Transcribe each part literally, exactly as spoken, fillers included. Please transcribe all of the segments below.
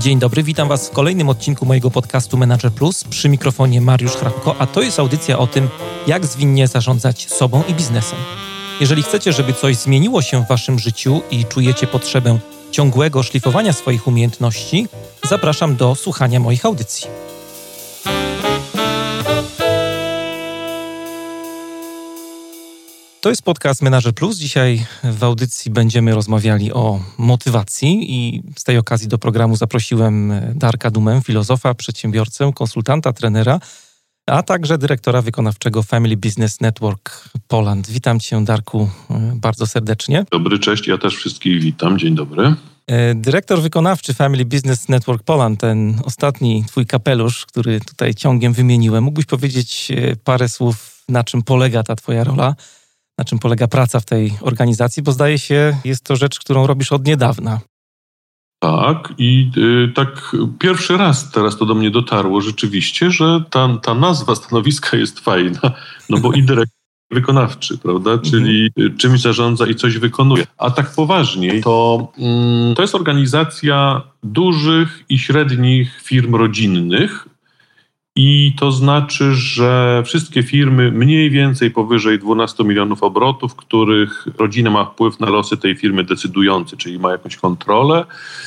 Dzień dobry, witam Was w kolejnym odcinku mojego podcastu Manager Plus. Przy mikrofonie Mariusz Hrabko, a to jest audycja o tym, jak zwinnie zarządzać sobą i biznesem. Jeżeli chcecie, żeby coś zmieniło się w Waszym życiu i czujecie potrzebę ciągłego szlifowania swoich umiejętności, zapraszam do słuchania moich audycji. To jest podcast Manager Plus. Dzisiaj w audycji będziemy rozmawiali o motywacji i z tej okazji do programu zaprosiłem Darka Dumę, filozofa, przedsiębiorcę, konsultanta, trenera, a także dyrektora wykonawczego Family Business Network Poland. Witam Cię, Darku, bardzo serdecznie. Dobry, cześć, ja też wszystkich witam, dzień dobry. Dyrektor wykonawczy Family Business Network Poland, ten ostatni Twój kapelusz, który tutaj ciągiem wymieniłem. Mógłbyś powiedzieć parę słów, na czym polega ta Twoja rola? Na czym polega praca w tej organizacji, bo zdaje się, jest to rzecz, którą robisz od niedawna. Tak, i y, tak pierwszy raz teraz to do mnie dotarło rzeczywiście, że ta, ta nazwa stanowiska jest fajna, no bo i dyrektor wykonawczy, prawda, czyli mhm. czymś zarządza i coś wykonuje. A tak poważniej, to, mm, to jest organizacja dużych i średnich firm rodzinnych, i to znaczy, że wszystkie firmy mniej więcej powyżej dwanaście milionów obrotów, których rodzina ma wpływ na losy tej firmy decydujący, czyli ma jakąś kontrolę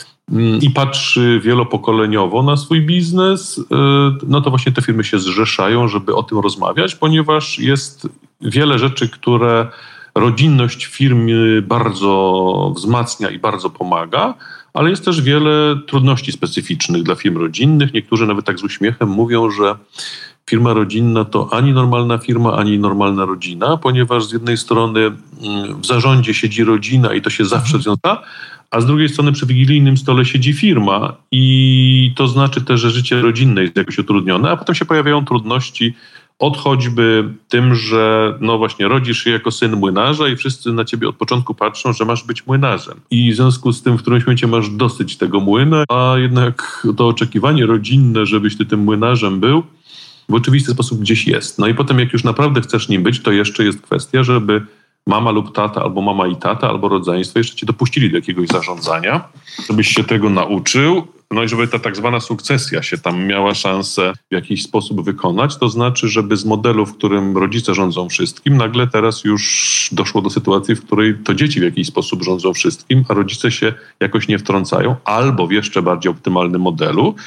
i patrzy wielopokoleniowo na swój biznes, no to właśnie te firmy się zrzeszają, żeby o tym rozmawiać, ponieważ jest wiele rzeczy, które rodzinność firmy bardzo wzmacnia i bardzo pomaga, ale jest też wiele trudności specyficznych dla firm rodzinnych. Niektórzy nawet tak z uśmiechem mówią, że firma rodzinna to ani normalna firma, ani normalna rodzina, ponieważ z jednej strony w zarządzie siedzi rodzina i to się zawsze związa, a z drugiej strony przy wigilijnym stole siedzi firma i to znaczy też, że życie rodzinne jest jakoś utrudnione, a potem się pojawiają trudności od choćby tym, że no właśnie rodzisz się jako syn młynarza i wszyscy na ciebie od początku patrzą, że masz być młynarzem. I w związku z tym w którymś momencie masz dosyć tego młyna, a jednak to oczekiwanie rodzinne, żebyś ty tym młynarzem był, w oczywisty sposób gdzieś jest. No i potem jak już naprawdę chcesz nim być, to jeszcze jest kwestia, żeby mama lub tata, albo mama i tata, albo rodzeństwo jeszcze cię dopuścili do jakiegoś zarządzania, żebyś się tego nauczył, no i żeby ta tak zwana sukcesja się tam miała szansę w jakiś sposób wykonać. To znaczy, żeby z modelu, w którym rodzice rządzą wszystkim, nagle teraz już doszło do sytuacji, w której to dzieci w jakiś sposób rządzą wszystkim, a rodzice się jakoś nie wtrącają, albo w jeszcze bardziej optymalnym modelu,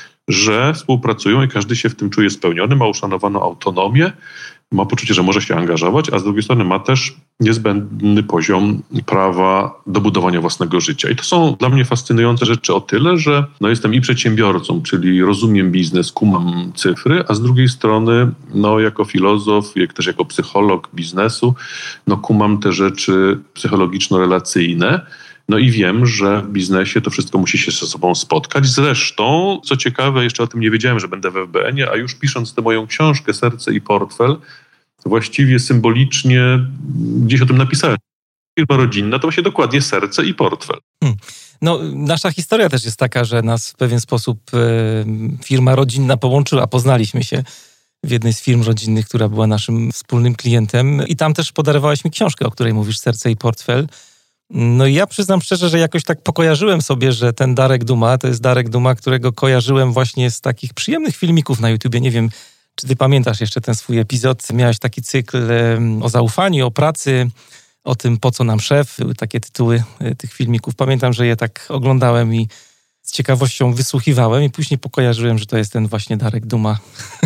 że współpracują i każdy się w tym czuje spełniony, ma uszanowaną autonomię, ma poczucie, że może się angażować, a z drugiej strony ma też niezbędny poziom prawa do budowania własnego życia. I to są dla mnie fascynujące rzeczy o tyle, że no jestem i przedsiębiorcą, czyli rozumiem biznes, kumam cyfry, a z drugiej strony no jako filozof, jak też jako psycholog biznesu, no kumam te rzeczy psychologiczno-relacyjne. No i wiem, że w biznesie to wszystko musi się ze sobą spotkać. Zresztą, co ciekawe, jeszcze o tym nie wiedziałem, że będę w F B N-ie, a już pisząc tę moją książkę Serce i portfel, właściwie symbolicznie gdzieś o tym napisałem. Firma rodzinna to właśnie dokładnie serce i portfel. Hmm. No, nasza historia też jest taka, że nas w pewien sposób e, firma rodzinna połączyła, poznaliśmy się w jednej z firm rodzinnych, która była naszym wspólnym klientem i tam też podarowałeś mi książkę, o której mówisz, Serce i portfel. No i ja przyznam szczerze, że jakoś tak pokojarzyłem sobie, że ten Darek Duma to jest Darek Duma, którego kojarzyłem właśnie z takich przyjemnych filmików na YouTubie. Nie wiem, czy ty pamiętasz jeszcze ten swój epizod. Miałeś taki cykl o zaufaniu, o pracy, o tym, po co nam szef. Były takie tytuły tych filmików. Pamiętam, że je tak oglądałem i z ciekawością wysłuchiwałem i później pokojarzyłem, że to jest ten właśnie Darek Duma,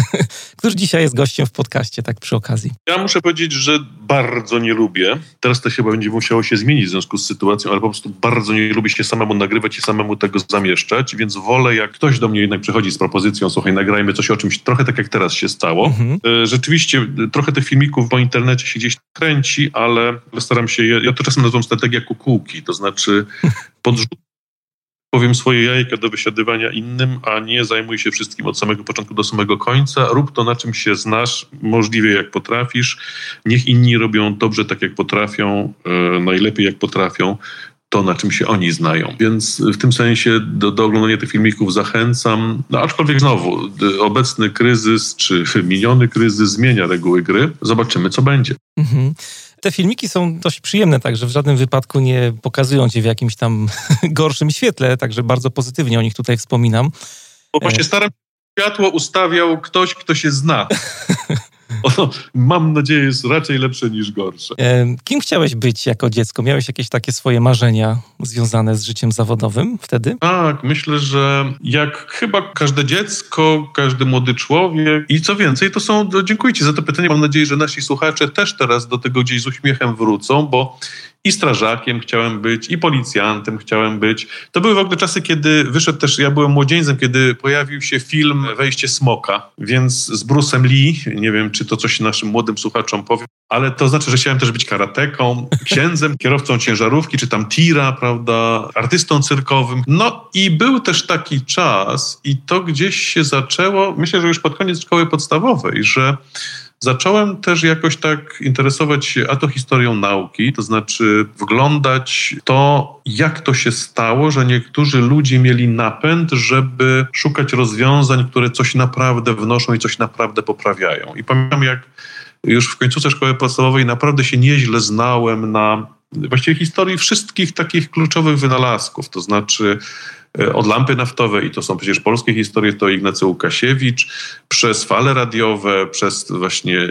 który dzisiaj jest gościem w podcaście, tak przy okazji. Ja muszę powiedzieć, że bardzo nie lubię. Teraz to chyba będzie musiało się zmienić w związku z sytuacją, ale po prostu bardzo nie lubię się samemu nagrywać i samemu tego zamieszczać, więc wolę, jak ktoś do mnie jednak przychodzi z propozycją, słuchaj, nagrajmy coś o czymś, trochę tak jak teraz się stało. Mhm. Rzeczywiście trochę tych filmików po internecie się gdzieś kręci, ale staram się, ja to czasem nazywam strategia kukułki, to znaczy podrzucam powiem swoje jajka do wysiadywania innym, a nie zajmuj się wszystkim od samego początku do samego końca. Rób to, na czym się znasz, możliwie jak potrafisz. Niech inni robią dobrze tak, jak potrafią, yy, najlepiej jak potrafią, to, na czym się oni znają. Więc w tym sensie do, do oglądania tych filmików zachęcam. No aczkolwiek znowu, obecny kryzys czy miniony kryzys zmienia reguły gry. Zobaczymy, co będzie. Mhm. Te filmiki są dość przyjemne, także w żadnym wypadku nie pokazują cię w jakimś tam gorszym świetle, także bardzo pozytywnie o nich tutaj wspominam. Bo właśnie staram się, światło ustawiał ktoś, kto się zna. Ono, mam nadzieję, jest raczej lepsze niż gorsze. Kim chciałeś być jako dziecko? Miałeś jakieś takie swoje marzenia związane z życiem zawodowym wtedy? Tak, myślę, że jak chyba każde dziecko, każdy młody człowiek i co więcej, to są, dziękuję Ci za to pytanie, mam nadzieję, że nasi słuchacze też teraz do tego gdzieś z uśmiechem wrócą, bo i strażakiem chciałem być, i policjantem chciałem być. To były w ogóle czasy, kiedy wyszedł też, ja byłem młodzieńcem, kiedy pojawił się film Wejście Smoka, więc z Bruce'em Lee, nie wiem, czy to coś naszym młodym słuchaczom powiem, ale to znaczy, że chciałem też być karateką, księdzem, kierowcą ciężarówki, czy tam tira, prawda, artystą cyrkowym. No i był też taki czas i to gdzieś się zaczęło, myślę, że już pod koniec szkoły podstawowej, że zacząłem też jakoś tak interesować się a to historią nauki, to znaczy wglądać to, jak to się stało, że niektórzy ludzie mieli napęd, żeby szukać rozwiązań, które coś naprawdę wnoszą i coś naprawdę poprawiają. I pamiętam, jak już w końcówce szkoły podstawowej naprawdę się nieźle znałem na właściwie historii wszystkich takich kluczowych wynalazków, to znaczy od lampy naftowej, i to są przecież polskie historie, to Ignacy Łukasiewicz, przez fale radiowe, przez właśnie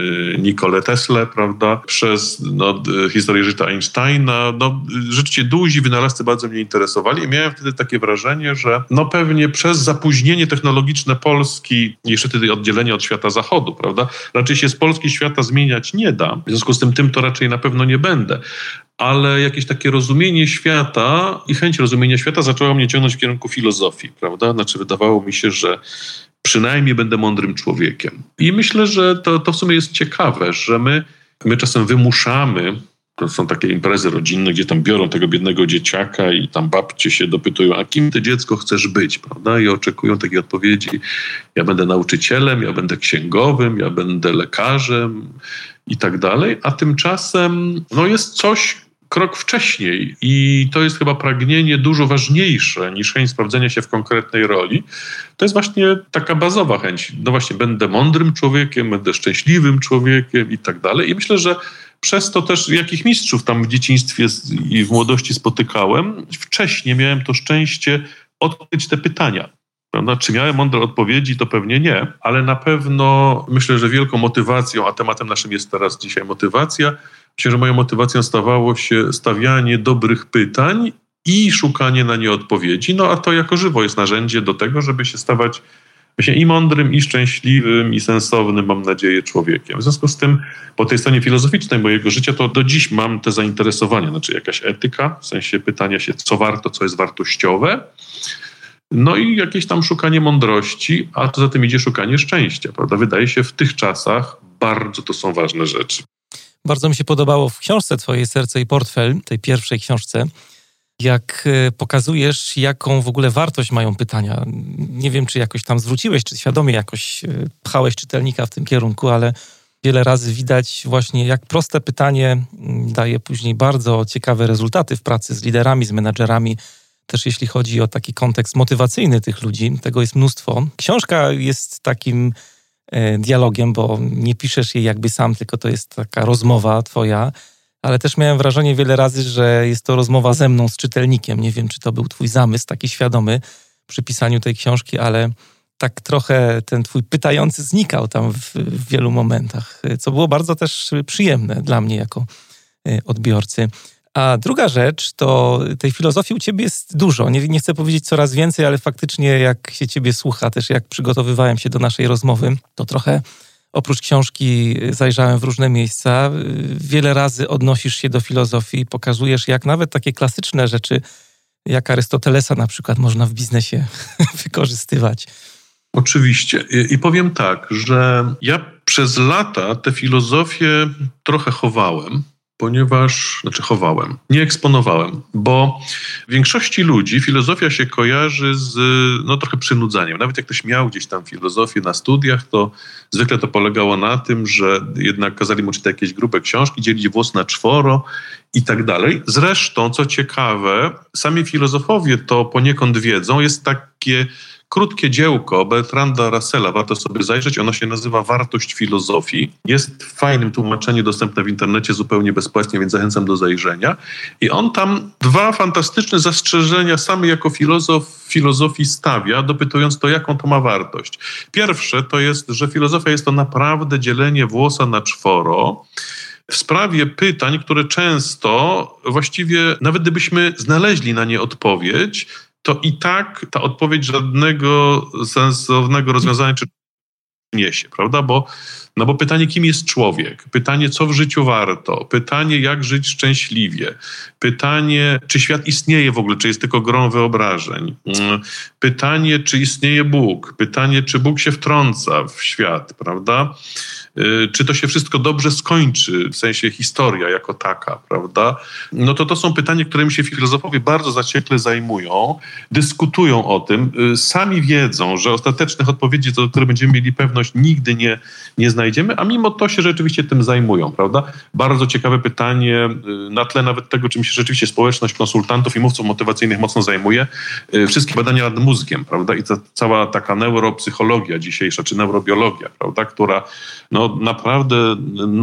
Nikolę Teslę, prawda, przez no, historię życia Einsteina. No, rzeczywiście duzi wynalazcy bardzo mnie interesowali i miałem wtedy takie wrażenie, że no pewnie przez zapóźnienie technologiczne Polski, jeszcze wtedy oddzielenie od świata zachodu, prawda, raczej się z Polski świata zmieniać nie da. W związku z tym tym to raczej na pewno nie będę. Ale jakieś takie rozumienie świata i chęć rozumienia świata zaczęła mnie ciągnąć w kierunku filozofii, prawda? Znaczy wydawało mi się, że przynajmniej będę mądrym człowiekiem. I myślę, że to, to w sumie jest ciekawe, że my, my czasem wymuszamy, to są takie imprezy rodzinne, gdzie tam biorą tego biednego dzieciaka i tam babcie się dopytują, a kim ty dziecko chcesz być, prawda? I oczekują takiej odpowiedzi, ja będę nauczycielem, ja będę księgowym, ja będę lekarzem i tak dalej, a tymczasem no jest coś krok wcześniej i to jest chyba pragnienie dużo ważniejsze niż chęć sprawdzenia się w konkretnej roli. To jest właśnie taka bazowa chęć, no właśnie będę mądrym człowiekiem, będę szczęśliwym człowiekiem i tak dalej. I myślę, że przez to też jakich mistrzów tam w dzieciństwie i w młodości spotykałem, wcześniej miałem to szczęście odkryć te pytania. Prawda? Czy miałem mądre odpowiedzi? To pewnie nie, ale na pewno myślę, że wielką motywacją, a tematem naszym jest teraz dzisiaj motywacja, myślę, że moją motywacją stawało się stawianie dobrych pytań i szukanie na nie odpowiedzi, no a to jako żywo jest narzędzie do tego, żeby się stawać właśnie i mądrym, i szczęśliwym, i sensownym, mam nadzieję, człowiekiem. W związku z tym po tej stronie filozoficznej mojego życia to do dziś mam te zainteresowania, znaczy jakaś etyka, w sensie pytania się, co warto, co jest wartościowe, no i jakieś tam szukanie mądrości, a to za tym idzie szukanie szczęścia, prawda? Wydaje się, w tych czasach bardzo to są ważne rzeczy. Bardzo mi się podobało w książce twojej Serce i portfel, tej pierwszej książce, jak pokazujesz, jaką w ogóle wartość mają pytania. Nie wiem, czy jakoś tam zwróciłeś, czy świadomie jakoś pchałeś czytelnika w tym kierunku, ale wiele razy widać właśnie, jak proste pytanie daje później bardzo ciekawe rezultaty w pracy z liderami, z menadżerami. Też jeśli chodzi o taki kontekst motywacyjny tych ludzi, tego jest mnóstwo. Książka jest takim e, dialogiem, bo nie piszesz jej jakby sam, tylko to jest taka rozmowa twoja, ale też miałem wrażenie wiele razy, że jest to rozmowa ze mną, z czytelnikiem. Nie wiem, czy to był twój zamysł taki świadomy przy pisaniu tej książki, ale tak trochę ten twój pytający znikał tam w, w wielu momentach, co było bardzo też przyjemne dla mnie jako e, odbiorcy. A druga rzecz, to tej filozofii u ciebie jest dużo. Nie, nie chcę powiedzieć coraz więcej, ale faktycznie jak się ciebie słucha, też jak przygotowywałem się do naszej rozmowy, to trochę oprócz książki zajrzałem w różne miejsca. Wiele razy odnosisz się do filozofii, pokazujesz, jak nawet takie klasyczne rzeczy, jak Arystotelesa na przykład, można w biznesie wykorzystywać. Oczywiście. I powiem tak, że ja przez lata tę filozofię trochę chowałem, ponieważ, znaczy chowałem, nie eksponowałem, bo w większości ludzi filozofia się kojarzy z no, trochę przynudzaniem. Nawet jak ktoś miał gdzieś tam filozofię na studiach, to zwykle to polegało na tym, że jednak kazali mu czytać jakieś grube książki, dzielić włos na czworo i tak dalej. Zresztą, co ciekawe, sami filozofowie to poniekąd wiedzą, jest takie krótkie dziełko Bertranda Russella, warto sobie zajrzeć, ono się nazywa Wartość filozofii. Jest w fajnym tłumaczeniu dostępne w internecie zupełnie bezpłatnie, więc zachęcam do zajrzenia. I on tam dwa fantastyczne zastrzeżenia sam jako filozof filozofii stawia, dopytując to, jaką to ma wartość. Pierwsze to jest, że filozofia jest to naprawdę dzielenie włosa na czworo, w sprawie pytań, które często właściwie, nawet gdybyśmy znaleźli na nie odpowiedź, to i tak ta odpowiedź żadnego sensownego rozwiązania czy niesie, prawda? Bo, no bo pytanie, kim jest człowiek? Pytanie, co w życiu warto? Pytanie, jak żyć szczęśliwie? Pytanie, czy świat istnieje w ogóle, czy jest tylko grą wyobrażeń? Pytanie, czy istnieje Bóg? Pytanie, czy Bóg się wtrąca w świat, prawda? Czy to się wszystko dobrze skończy, w sensie historia jako taka, prawda? No to to są pytania, którymi się filozofowie bardzo zaciekle zajmują, dyskutują o tym, sami wiedzą, że ostatecznych odpowiedzi, co do których będziemy mieli pewność, nigdy nie, nie znajdziemy, a mimo to się rzeczywiście tym zajmują, prawda? Bardzo ciekawe pytanie na tle nawet tego, czym się rzeczywiście społeczność konsultantów i mówców motywacyjnych mocno zajmuje. Wszystkie badania nad mózgiem, prawda? I ta cała taka neuropsychologia dzisiejsza, czy neurobiologia, prawda? Która no naprawdę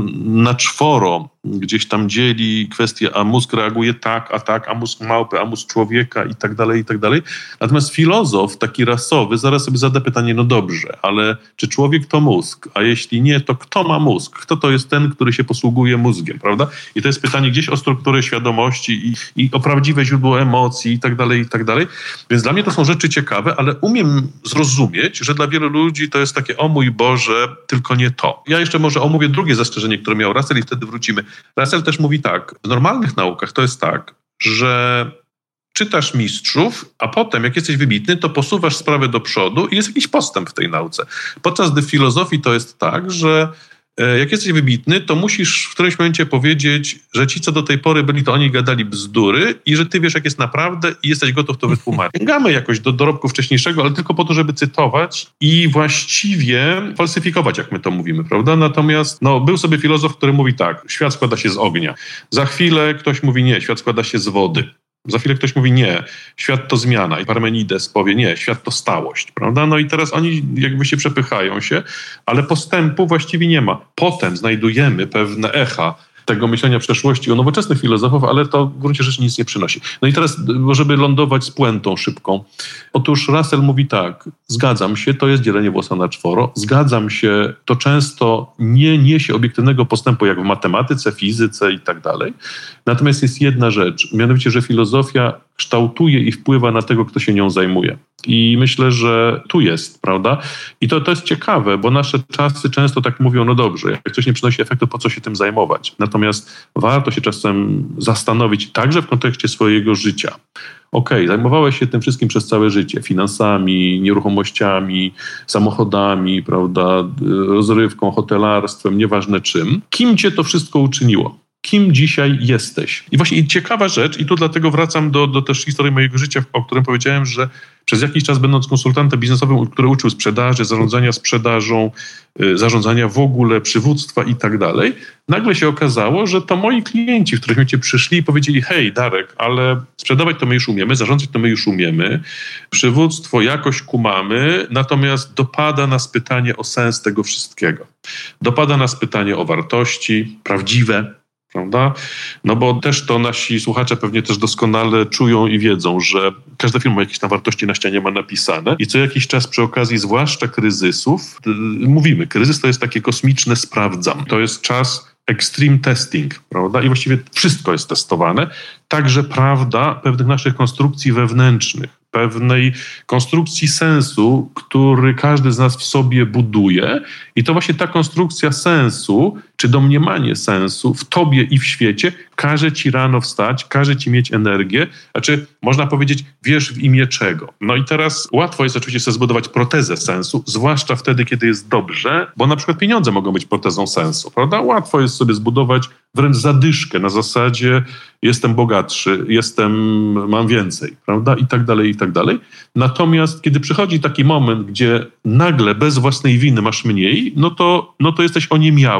na czworo gdzieś tam dzieli kwestię, a mózg reaguje tak, a tak, a mózg małpy, a mózg człowieka i tak dalej, i tak dalej. Natomiast filozof taki rasowy zaraz sobie zada pytanie, no dobrze, ale czy człowiek to mózg? A jeśli nie, to kto ma mózg? Kto to jest ten, który się posługuje mózgiem, prawda? I to jest pytanie gdzieś o strukturę świadomości i, i o prawdziwe źródło emocji i tak dalej, i tak dalej. Więc dla mnie to są rzeczy ciekawe, ale umiem zrozumieć, że dla wielu ludzi to jest takie, o mój Boże, tylko nie to. Ja jeszcze może omówię drugie zastrzeżenie, które miał Russell i wtedy wrócimy. Russell też mówi tak, w normalnych naukach to jest tak, że czytasz mistrzów, a potem jak jesteś wybitny, to posuwasz sprawę do przodu i jest jakiś postęp w tej nauce. Podczas gdy w filozofii to jest tak, że jak jesteś wybitny, to musisz w którymś momencie powiedzieć, że ci, co do tej pory byli, to oni gadali bzdury i że ty wiesz, jak jest naprawdę i jesteś gotów to wytłumaczyć. Sięgamy jakoś do dorobku wcześniejszego, ale tylko po to, żeby cytować i właściwie falsyfikować, jak my to mówimy, prawda? Natomiast no, był sobie filozof, który mówi tak, świat składa się z ognia. Za chwilę ktoś mówi nie, świat składa się z wody. Za chwilę ktoś mówi nie, świat to zmiana i Parmenides powie nie, świat to stałość, prawda? No i teraz oni jakby się przepychają się, ale postępu właściwie nie ma. Potem znajdujemy pewne echa tego myślenia przeszłości u nowoczesnych filozofów, ale to w gruncie rzeczy nic nie przynosi. No i teraz, żeby lądować z puentą szybką. Otóż Russell mówi tak, zgadzam się, to jest dzielenie włosa na czworo, zgadzam się, to często nie niesie obiektywnego postępu jak w matematyce, fizyce i tak dalej. Natomiast jest jedna rzecz, mianowicie, że filozofia kształtuje i wpływa na tego, kto się nią zajmuje. I myślę, że tu jest, prawda? I to, to jest ciekawe, bo nasze czasy często tak mówią, no dobrze, jak coś nie przynosi efektu, po co się tym zajmować? Natomiast warto się czasem zastanowić, także w kontekście swojego życia. Okej, okay, zajmowałeś się tym wszystkim przez całe życie, finansami, nieruchomościami, samochodami, prawda, rozrywką, hotelarstwem, nieważne czym. Kim cię to wszystko uczyniło? Kim dzisiaj jesteś? I właśnie ciekawa rzecz, i tu dlatego wracam do, do też historii mojego życia, o którym powiedziałem, że przez jakiś czas będąc konsultantem biznesowym, który uczył sprzedaży, zarządzania sprzedażą, y, zarządzania w ogóle, przywództwa i tak dalej, nagle się okazało, że to moi klienci, w których mi przyszli i powiedzieli, hej Darek, ale sprzedawać to my już umiemy, zarządzać to my już umiemy, przywództwo jakoś kumamy, natomiast dopada nas pytanie o sens tego wszystkiego. Dopada nas pytanie o wartości prawdziwe, prawda? No bo też to nasi słuchacze pewnie też doskonale czują i wiedzą, że każda firma jakieś tam wartości na ścianie ma napisane i co jakiś czas przy okazji, zwłaszcza kryzysów, yy, mówimy, kryzys to jest takie kosmiczne sprawdzam. To jest czas extreme testing, prawda? I właściwie wszystko jest testowane. Także prawda pewnych naszych konstrukcji wewnętrznych, pewnej konstrukcji sensu, który każdy z nas w sobie buduje i to właśnie ta konstrukcja sensu, czy domniemanie sensu w tobie i w świecie każe ci rano wstać, każe ci mieć energię, znaczy można powiedzieć, wiesz w imię czego. No i teraz łatwo jest oczywiście sobie zbudować protezę sensu, zwłaszcza wtedy, kiedy jest dobrze, bo na przykład pieniądze mogą być protezą sensu, prawda? Łatwo jest sobie zbudować wręcz zadyszkę na zasadzie jestem bogatszy, jestem, mam więcej, prawda? I tak dalej, i tak dalej. Natomiast kiedy przychodzi taki moment, gdzie nagle bez własnej winy masz mniej, no to, no to jesteś oniemiały, bo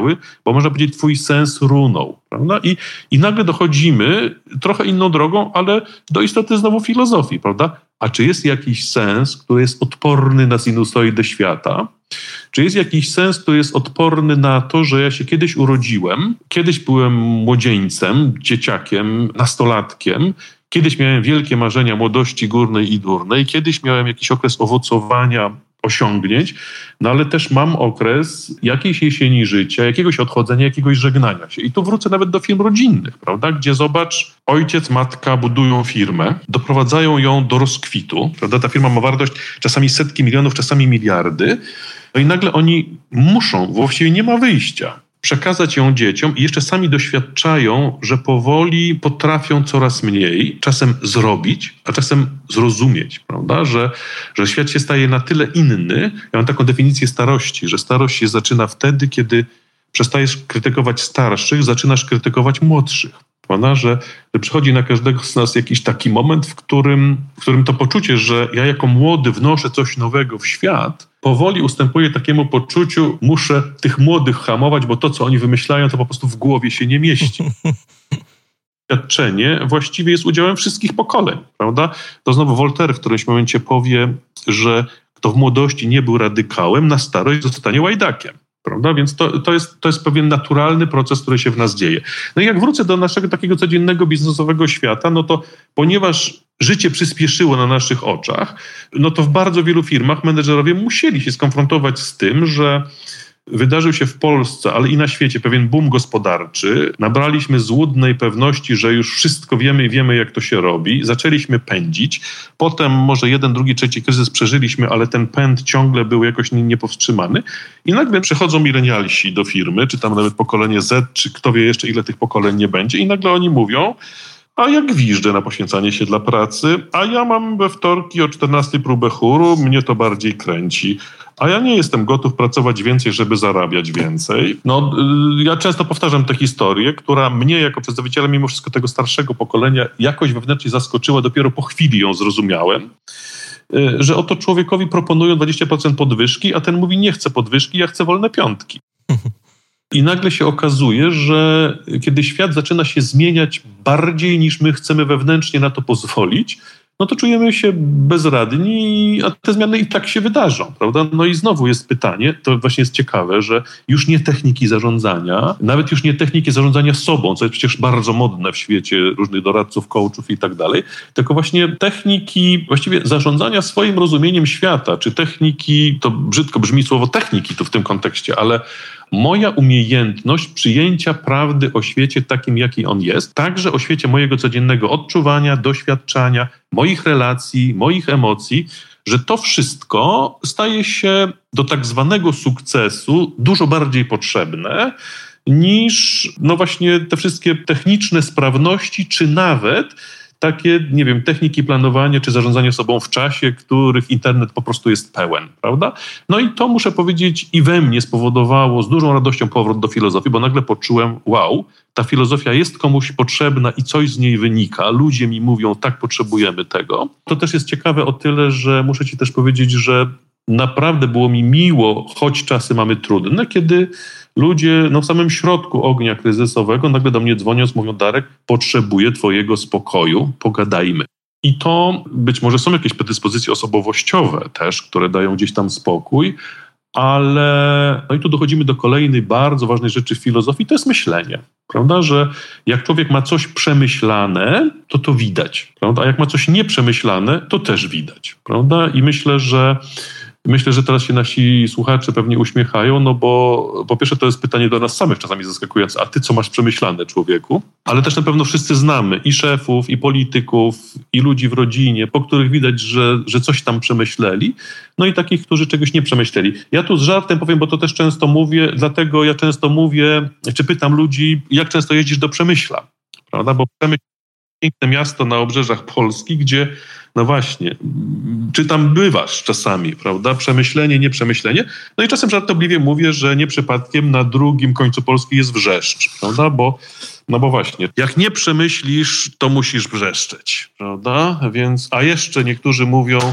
bo można powiedzieć, twój sens runął, prawda? I, i nagle dochodzimy trochę inną drogą, ale do istoty znowu filozofii, prawda? A czy jest jakiś sens, który jest odporny na sinusoidę świata? Czy jest jakiś sens, który jest odporny na to, że ja się kiedyś urodziłem, kiedyś byłem młodzieńcem, dzieciakiem, nastolatkiem, kiedyś miałem wielkie marzenia młodości górnej i durnej, kiedyś miałem jakiś okres owocowania, osiągnięć, no ale też mam okres jakiejś jesieni życia, jakiegoś odchodzenia, jakiegoś żegnania się. I tu wrócę nawet do firm rodzinnych, prawda? Gdzie zobacz, ojciec, matka budują firmę, doprowadzają ją do rozkwitu, prawda? Ta firma ma wartość czasami setki milionów, czasami miliardy, no i nagle oni muszą, właściwie nie ma wyjścia, przekazać ją dzieciom i jeszcze sami doświadczają, że powoli potrafią coraz mniej, czasem zrobić, a czasem zrozumieć, prawda? Że, że świat się staje na tyle inny. Ja mam taką definicję starości, że starość się zaczyna wtedy, kiedy przestajesz krytykować starszych, zaczynasz krytykować młodszych. Prawda? Że, że przychodzi na każdego z nas jakiś taki moment, w którym, w którym to poczucie, że ja jako młody wnoszę coś nowego w świat, powoli ustępuje takiemu poczuciu, muszę tych młodych hamować, bo to, co oni wymyślają, to po prostu w głowie się nie mieści. Doświadczenie właściwie jest udziałem wszystkich pokoleń, prawda? To znowu Voltaire w którymś momencie powie, że kto w młodości nie był radykałem, na starość zostanie łajdakiem. Prawda? Więc to, to, jest, to jest pewien naturalny proces, który się w nas dzieje. No i jak wrócę do naszego takiego codziennego biznesowego świata, no to ponieważ życie przyspieszyło na naszych oczach, no to w bardzo wielu firmach menedżerowie musieli się skonfrontować z tym, że wydarzył się w Polsce, ale i na świecie pewien boom gospodarczy. Nabraliśmy złudnej pewności, że już wszystko wiemy i wiemy, jak to się robi. Zaczęliśmy pędzić. Potem może jeden, drugi, trzeci kryzys przeżyliśmy, ale ten pęd ciągle był jakoś niepowstrzymany. I nagle przychodzą milenialsi do firmy, czy tam nawet pokolenie Z, czy kto wie jeszcze, ile tych pokoleń nie będzie. I nagle oni mówią, a ja gwiżdżę na poświęcanie się dla pracy, a ja mam we wtorki o czternastej próbę chóru, mnie to bardziej kręci. A ja nie jestem gotów pracować więcej, żeby zarabiać więcej. No, yy, ja często powtarzam tę historię, która mnie jako przedstawiciela mimo wszystko tego starszego pokolenia jakoś wewnętrznie zaskoczyła, dopiero po chwili ją zrozumiałem, yy, że oto człowiekowi proponują dwadzieścia procent podwyżki, a ten mówi nie chcę podwyżki, ja chcę wolne piątki. I nagle się okazuje, że kiedy świat zaczyna się zmieniać bardziej niż my chcemy wewnętrznie na to pozwolić, no to czujemy się bezradni, a te zmiany i tak się wydarzą, prawda? No i znowu jest pytanie, to właśnie jest ciekawe, że już nie techniki zarządzania, nawet już nie techniki zarządzania sobą, co jest przecież bardzo modne w świecie różnych doradców, coachów i tak dalej, tylko właśnie techniki właściwie zarządzania swoim rozumieniem świata, czy techniki, to brzydko brzmi słowo techniki tu w tym kontekście, ale moja umiejętność przyjęcia prawdy o świecie takim, jaki on jest, także o świecie mojego codziennego odczuwania, doświadczania, moich relacji, moich emocji, że to wszystko staje się do tak zwanego sukcesu dużo bardziej potrzebne niż no właśnie te wszystkie techniczne sprawności, czy nawet takie, nie wiem, techniki planowania czy zarządzania sobą w czasie, których internet po prostu jest pełen, prawda? No i to, muszę powiedzieć, i we mnie spowodowało z dużą radością powrót do filozofii, bo nagle poczułem, wow, ta filozofia jest komuś potrzebna i coś z niej wynika. Ludzie mi mówią, tak, potrzebujemy tego. To też jest ciekawe o tyle, że muszę ci też powiedzieć, że naprawdę było mi miło, choć czasy mamy trudne, kiedy ludzie no, w samym środku ognia kryzysowego nagle do mnie dzwoniąc mówią, Darek, potrzebuję twojego spokoju, pogadajmy. I to być może są jakieś predyspozycje osobowościowe też, które dają gdzieś tam spokój, ale no i tu dochodzimy do kolejnej bardzo ważnej rzeczy w filozofii, to jest myślenie, prawda, że jak człowiek ma coś przemyślane, to to widać, prawda, a jak ma coś nieprzemyślane, to też widać, prawda, i myślę, że Myślę, że teraz się nasi słuchacze pewnie uśmiechają, no bo po pierwsze to jest pytanie do nas samych czasami zaskakujące, a ty co masz przemyślane, człowieku? Ale też na pewno wszyscy znamy i szefów, i polityków, i ludzi w rodzinie, po których widać, że, że coś tam przemyśleli, no i takich, którzy czegoś nie przemyśleli. Ja tu z żartem powiem, bo to też często mówię, dlatego ja często mówię, czy pytam ludzi, jak często jeździsz do Przemyśla, prawda, bo Przemyśl piękne miasto na obrzeżach Polski, gdzie, no właśnie, czy tam bywasz czasami, prawda? Przemyślenie, nieprzemyślenie. No i czasem żartobliwie mówię, że nie przypadkiem na drugim końcu Polski jest Wrzeszcz, prawda? Bo, no bo właśnie, jak nie przemyślisz, to musisz wrzeszczeć, prawda? Więc, a jeszcze niektórzy mówią,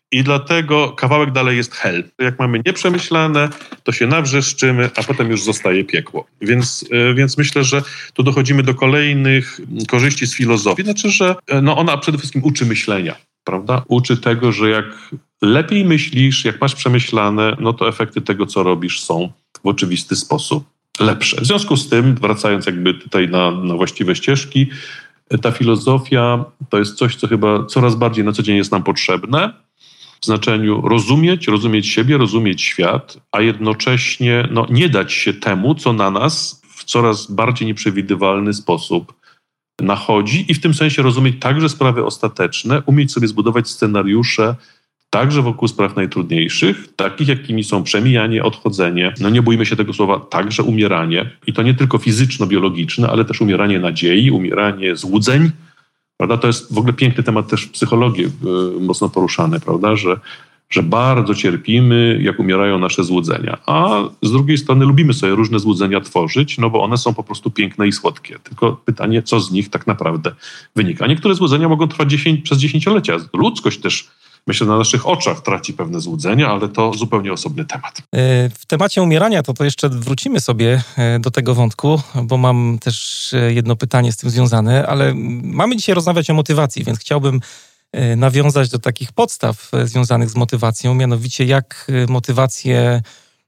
i dlatego kawałek dalej jest hell. Jak mamy nieprzemyślane, to się nawrzeszczymy, a potem już zostaje piekło. Więc, więc myślę, że tu dochodzimy do kolejnych korzyści z filozofii. Znaczy, że no ona przede wszystkim uczy myślenia, prawda? Uczy tego, że jak lepiej myślisz, jak masz przemyślane, no to efekty tego, co robisz, są w oczywisty sposób lepsze. W związku z tym, wracając jakby tutaj na, na właściwe ścieżki, ta filozofia to jest coś, co chyba coraz bardziej na co dzień jest nam potrzebne, w znaczeniu rozumieć, rozumieć siebie, rozumieć świat, a jednocześnie no, nie dać się temu, co na nas w coraz bardziej nieprzewidywalny sposób nachodzi i w tym sensie rozumieć także sprawy ostateczne, umieć sobie zbudować scenariusze także wokół spraw najtrudniejszych, takich jakimi są przemijanie, odchodzenie, no nie bójmy się tego słowa, także umieranie. I to nie tylko fizyczno-biologiczne, ale też umieranie nadziei, umieranie złudzeń. Prawda? To jest w ogóle piękny temat też w psychologii yy, mocno poruszany, prawda? Że, że bardzo cierpimy, jak umierają nasze złudzenia. A z drugiej strony lubimy sobie różne złudzenia tworzyć, no bo one są po prostu piękne i słodkie. Tylko pytanie, co z nich tak naprawdę wynika. Niektóre złudzenia mogą trwać dziesięć, przez dziesięciolecia. Ludzkość też, myślę, na naszych oczach traci pewne złudzenia, ale to zupełnie osobny temat. W temacie umierania to, to jeszcze wrócimy sobie do tego wątku, bo mam też jedno pytanie z tym związane, ale mamy dzisiaj rozmawiać o motywacji, więc chciałbym nawiązać do takich podstaw związanych z motywacją, mianowicie jak motywację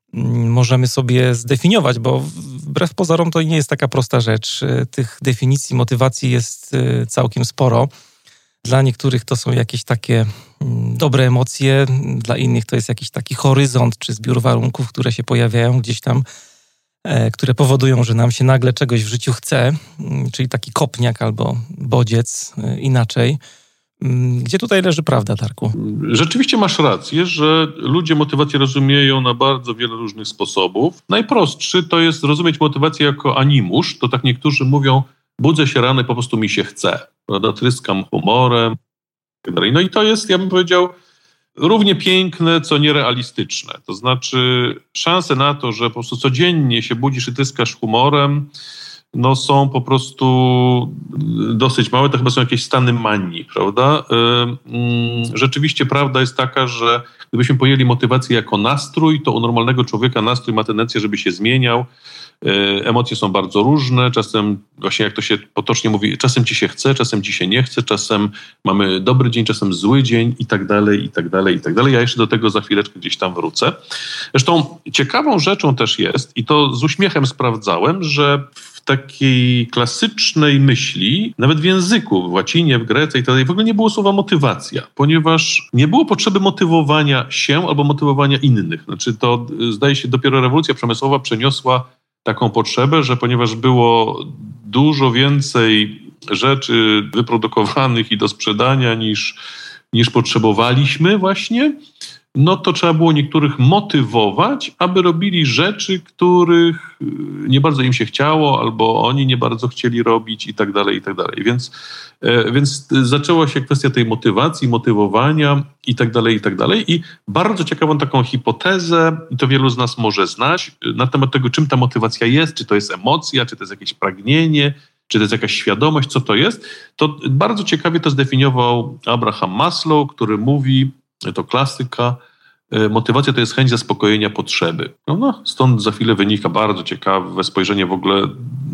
możemy sobie zdefiniować, bo wbrew pozorom to nie jest taka prosta rzecz. Tych definicji motywacji jest całkiem sporo. Dla niektórych to są jakieś takie dobre emocje, dla innych to jest jakiś taki horyzont czy zbiór warunków, które się pojawiają gdzieś tam, które powodują, że nam się nagle czegoś w życiu chce, czyli taki kopniak albo bodziec, inaczej. Gdzie tutaj leży prawda, Darku? Rzeczywiście masz rację, że ludzie motywację rozumieją na bardzo wiele różnych sposobów. Najprostszy to jest rozumieć motywację jako animusz. To tak niektórzy mówią, budzę się rano i po prostu mi się chce. Prawda? Tryskam humorem. No i to jest, ja bym powiedział, równie piękne, co nierealistyczne. To znaczy szanse na to, że po prostu codziennie się budzisz i tryskasz humorem, no są po prostu dosyć małe, to chyba są jakieś stany manii, prawda? Rzeczywiście prawda jest taka, że gdybyśmy pojęli motywację jako nastrój, to u normalnego człowieka nastrój ma tendencję, żeby się zmieniał. Emocje są bardzo różne, czasem, właśnie jak to się potocznie mówi, czasem ci się chce, czasem ci się nie chce, czasem mamy dobry dzień, czasem zły dzień i tak dalej, i tak dalej, i tak dalej. Ja jeszcze do tego za chwileczkę gdzieś tam wrócę. Zresztą ciekawą rzeczą też jest, i to z uśmiechem sprawdzałem, że w takiej klasycznej myśli, nawet w języku, w łacinie, w grece i tak dalej, w ogóle nie było słowa motywacja, ponieważ nie było potrzeby motywowania się albo motywowania innych. Znaczy to, zdaje się, dopiero rewolucja przemysłowa przeniosła taką potrzebę, że ponieważ było dużo więcej rzeczy wyprodukowanych i do sprzedania niż, niż potrzebowaliśmy właśnie, no to trzeba było niektórych motywować, aby robili rzeczy, których nie bardzo im się chciało, albo oni nie bardzo chcieli robić i tak dalej, i tak dalej. Więc, więc zaczęła się kwestia tej motywacji, motywowania i tak dalej, i tak dalej. I bardzo ciekawą taką hipotezę, i to wielu z nas może znać, na temat tego, czym ta motywacja jest, czy to jest emocja, czy to jest jakieś pragnienie, czy to jest jakaś świadomość, co to jest, to bardzo ciekawie to zdefiniował Abraham Maslow, który mówi, to klasyka, motywacja to jest chęć zaspokojenia potrzeby. No, no, stąd za chwilę wynika bardzo ciekawe spojrzenie w ogóle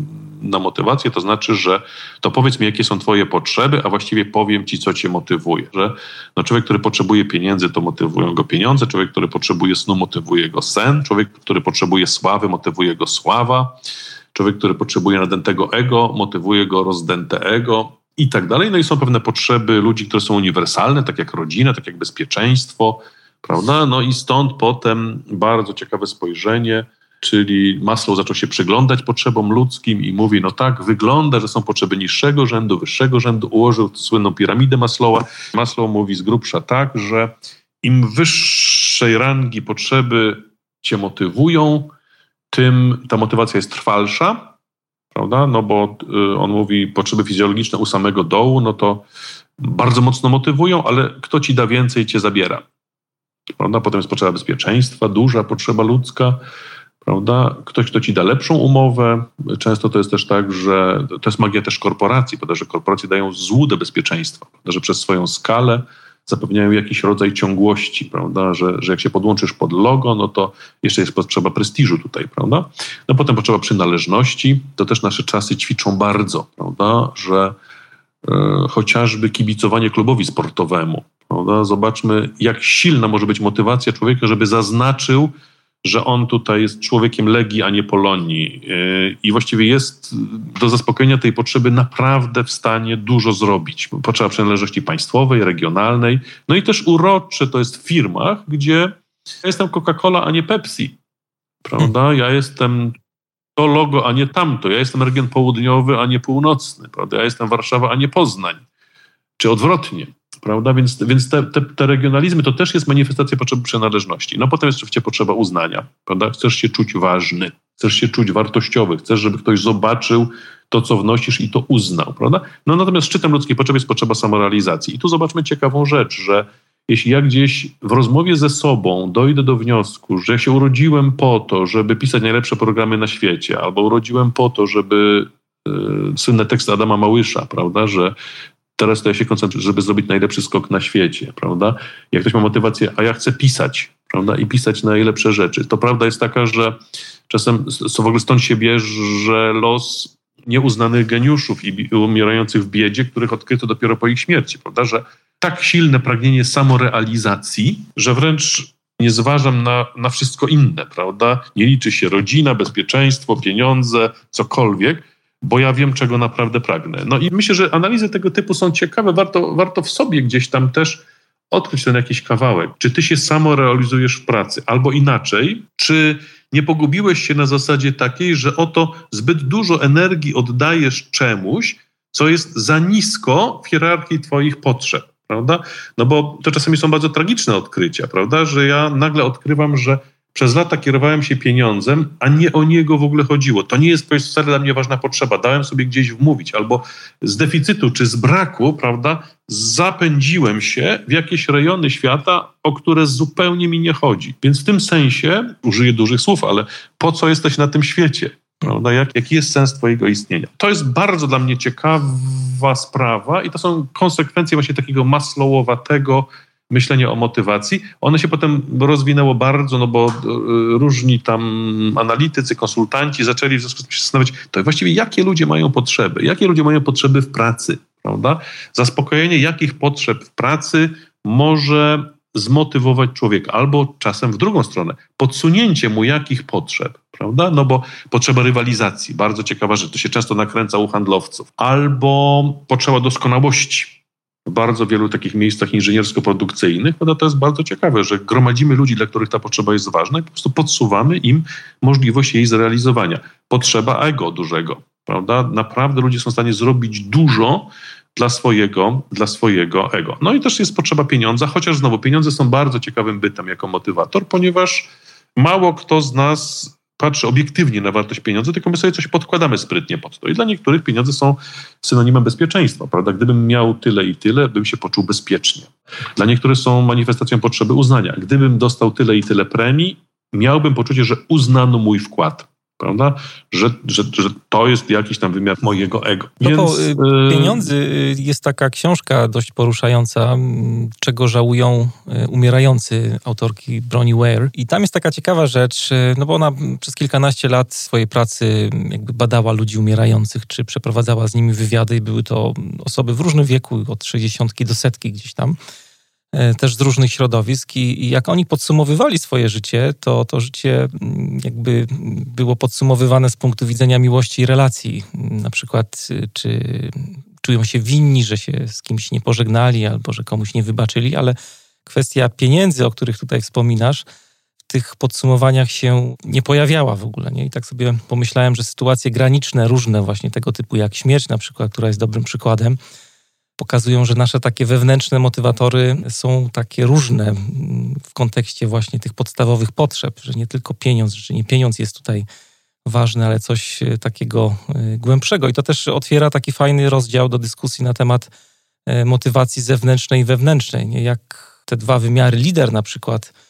na motywację, to znaczy, że to powiedz mi, jakie są twoje potrzeby, a właściwie powiem ci, co cię motywuje. Że no, człowiek, który potrzebuje pieniędzy, to motywują go pieniądze, człowiek, który potrzebuje snu, motywuje go sen, człowiek, który potrzebuje sławy, motywuje go sława, człowiek, który potrzebuje nadętego ego, motywuje go rozdęte ego i tak dalej. No i są pewne potrzeby ludzi, które są uniwersalne, tak jak rodzina, tak jak bezpieczeństwo, prawda? No i stąd potem bardzo ciekawe spojrzenie, czyli Maslow zaczął się przyglądać potrzebom ludzkim i mówi, no tak, wygląda, że są potrzeby niższego rzędu, wyższego rzędu, ułożył słynną piramidę Maslowa. Maslow mówi z grubsza tak, że im wyższej rangi potrzeby cię motywują, tym ta motywacja jest trwalsza, prawda? No bo y, on mówi, potrzeby fizjologiczne u samego dołu, no to bardzo mocno motywują, ale kto ci da więcej, cię zabiera. Prawda? Potem jest potrzeba bezpieczeństwa, duża potrzeba ludzka, prawda? Ktoś, kto ci da lepszą umowę. Często to jest też tak, że to jest magia też korporacji, prawda? Że korporacje dają złudę bezpieczeństwa, prawda? Że przez swoją skalę zapewniają jakiś rodzaj ciągłości, prawda, że, że jak się podłączysz pod logo, no to jeszcze jest potrzeba prestiżu tutaj, prawda. No potem potrzeba przynależności, to też nasze czasy ćwiczą bardzo, prawda, że e, chociażby kibicowanie klubowi sportowemu, prawda, zobaczmy, jak silna może być motywacja człowieka, żeby zaznaczył, że on tutaj jest człowiekiem Legii, a nie Polonii i właściwie jest do zaspokojenia tej potrzeby naprawdę w stanie dużo zrobić. Potrzeba przynależności państwowej, regionalnej, no i też urocze to jest w firmach, gdzie ja jestem Coca-Cola, a nie Pepsi, prawda? Ja jestem to logo, a nie tamto. Ja jestem region południowy, a nie północny, prawda? Ja jestem Warszawa, a nie Poznań, czy odwrotnie. Prawda? Więc, więc te, te, te regionalizmy to też jest manifestacja potrzeby przynależności. No potem jest oczywiście potrzeba uznania. Prawda? Chcesz się czuć ważny, chcesz się czuć wartościowy, chcesz, żeby ktoś zobaczył to, co wnosisz i to uznał. Prawda? No natomiast szczytem ludzkiej potrzeby jest potrzeba samorealizacji. I tu zobaczmy ciekawą rzecz, że jeśli ja gdzieś w rozmowie ze sobą dojdę do wniosku, że się urodziłem po to, żeby pisać najlepsze programy na świecie, albo urodziłem po to, żeby yy, słynne teksty Adama Małysza, prawda, że teraz to ja się koncentruję, żeby zrobić najlepszy skok na świecie, prawda? Jak ktoś ma motywację, a ja chcę pisać, prawda? I pisać najlepsze rzeczy. To prawda jest taka, że czasem w ogóle stąd się bierze los nieuznanych geniuszów i umierających w biedzie, których odkryto dopiero po ich śmierci, prawda? Że tak silne pragnienie samorealizacji, że wręcz nie zważam na, na wszystko inne, prawda? Nie liczy się rodzina, bezpieczeństwo, pieniądze, cokolwiek, bo ja wiem, czego naprawdę pragnę. No i myślę, że analizy tego typu są ciekawe. Warto, warto w sobie gdzieś tam też odkryć ten jakiś kawałek. Czy ty się samo realizujesz w pracy? Albo inaczej, czy nie pogubiłeś się na zasadzie takiej, że oto zbyt dużo energii oddajesz czemuś, co jest za nisko w hierarchii twoich potrzeb, prawda? No bo to czasami są bardzo tragiczne odkrycia, prawda? Że ja nagle odkrywam, że przez lata kierowałem się pieniądzem, a nie o niego w ogóle chodziło. To nie jest wcale dla mnie ważna potrzeba. Dałem sobie gdzieś wmówić. Albo z deficytu czy z braku, prawda, zapędziłem się w jakieś rejony świata, o które zupełnie mi nie chodzi. Więc w tym sensie, użyję dużych słów, ale po co jesteś na tym świecie? Prawda? Jak, jaki jest sens twojego istnienia? To jest bardzo dla mnie ciekawa sprawa i to są konsekwencje właśnie takiego maslowowatego myślenie o motywacji. One się potem rozwinęło bardzo, no bo różni tam analitycy, konsultanci zaczęli w związku z tym się zastanawiać, to właściwie jakie ludzie mają potrzeby, jakie ludzie mają potrzeby w pracy, prawda? Zaspokojenie jakich potrzeb w pracy może zmotywować człowieka, albo czasem w drugą stronę, podsunięcie mu jakich potrzeb, prawda? No bo potrzeba rywalizacji, bardzo ciekawa rzecz, to się często nakręca u handlowców, albo potrzeba doskonałości. W bardzo wielu takich miejscach inżyniersko-produkcyjnych, no to jest bardzo ciekawe, że gromadzimy ludzi, dla których ta potrzeba jest ważna i po prostu podsuwamy im możliwość jej zrealizowania. Potrzeba ego dużego, prawda? Naprawdę ludzie są w stanie zrobić dużo dla swojego, dla swojego ego. No i też jest potrzeba pieniądza, chociaż znowu pieniądze są bardzo ciekawym bytem jako motywator, ponieważ mało kto z nas patrzy obiektywnie na wartość pieniądza, tylko my sobie coś podkładamy sprytnie pod to. I dla niektórych pieniądze są synonimem bezpieczeństwa, prawda? Gdybym miał tyle i tyle, bym się poczuł bezpiecznie. Dla niektórych są manifestacją potrzeby uznania. Gdybym dostał tyle i tyle premii, miałbym poczucie, że uznano mój wkład. Prawda? Że, że, że to jest jakiś tam wymiar mojego ego. Więc, po pieniądzy jest taka książka dość poruszająca, czego żałują umierający, autorki Bronnie Ware. I tam jest taka ciekawa rzecz, no bo ona przez kilkanaście lat swojej pracy jakby badała ludzi umierających, czy przeprowadzała z nimi wywiady i były to osoby w różnym wieku, od sześćdziesiątki do setki gdzieś tam. Też z różnych środowisk i, i jak oni podsumowywali swoje życie, to to życie jakby było podsumowywane z punktu widzenia miłości i relacji. Na przykład czy czują się winni, że się z kimś nie pożegnali albo że komuś nie wybaczyli, ale kwestia pieniędzy, o których tutaj wspominasz, w tych podsumowaniach się nie pojawiała w ogóle. Nie? I tak sobie pomyślałem, że sytuacje graniczne, różne właśnie tego typu jak śmierć na przykład, która jest dobrym przykładem, pokazują, że nasze takie wewnętrzne motywatory są takie różne w kontekście właśnie tych podstawowych potrzeb, że nie tylko pieniądz, że nie pieniądz jest tutaj ważny, ale coś takiego głębszego. I to też otwiera taki fajny rozdział do dyskusji na temat motywacji zewnętrznej i wewnętrznej. Nie? Jak te dwa wymiary, lider na przykład,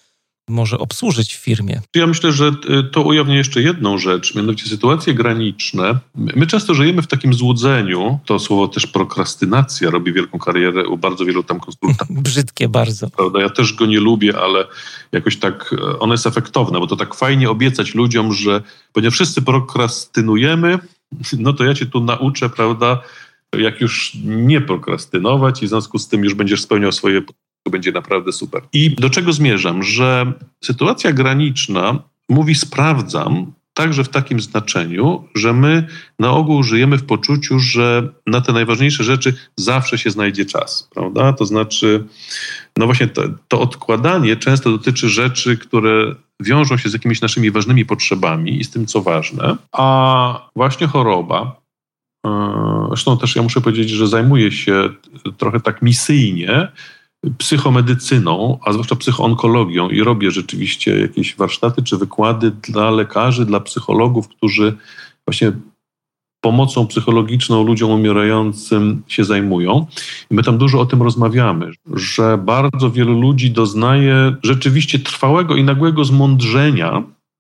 może obsłużyć w firmie? Ja myślę, że to ujawnia jeszcze jedną rzecz, mianowicie sytuacje graniczne. My często żyjemy w takim złudzeniu, to słowo też prokrastynacja robi wielką karierę u bardzo wielu tam konsultantów. Brzydkie bardzo. Prawda? Ja też go nie lubię, ale jakoś tak ono jest efektowne, bo to tak fajnie obiecać ludziom, że ponieważ wszyscy prokrastynujemy, no to ja cię tu nauczę, prawda, jak już nie prokrastynować i w związku z tym już będziesz spełniał swoje, to będzie naprawdę super. I do czego zmierzam? Że sytuacja graniczna mówi sprawdzam także w takim znaczeniu, że my na ogół żyjemy w poczuciu, że na te najważniejsze rzeczy zawsze się znajdzie czas, prawda? To znaczy, no właśnie to, to odkładanie często dotyczy rzeczy, które wiążą się z jakimiś naszymi ważnymi potrzebami i z tym, co ważne, a właśnie choroba, zresztą też ja muszę powiedzieć, że zajmuję się trochę tak misyjnie psychomedycyną, a zwłaszcza psychoonkologią i robię rzeczywiście jakieś warsztaty czy wykłady dla lekarzy, dla psychologów, którzy właśnie pomocą psychologiczną ludziom umierającym się zajmują. I my tam dużo o tym rozmawiamy, że bardzo wielu ludzi doznaje rzeczywiście trwałego i nagłego zmądrzenia,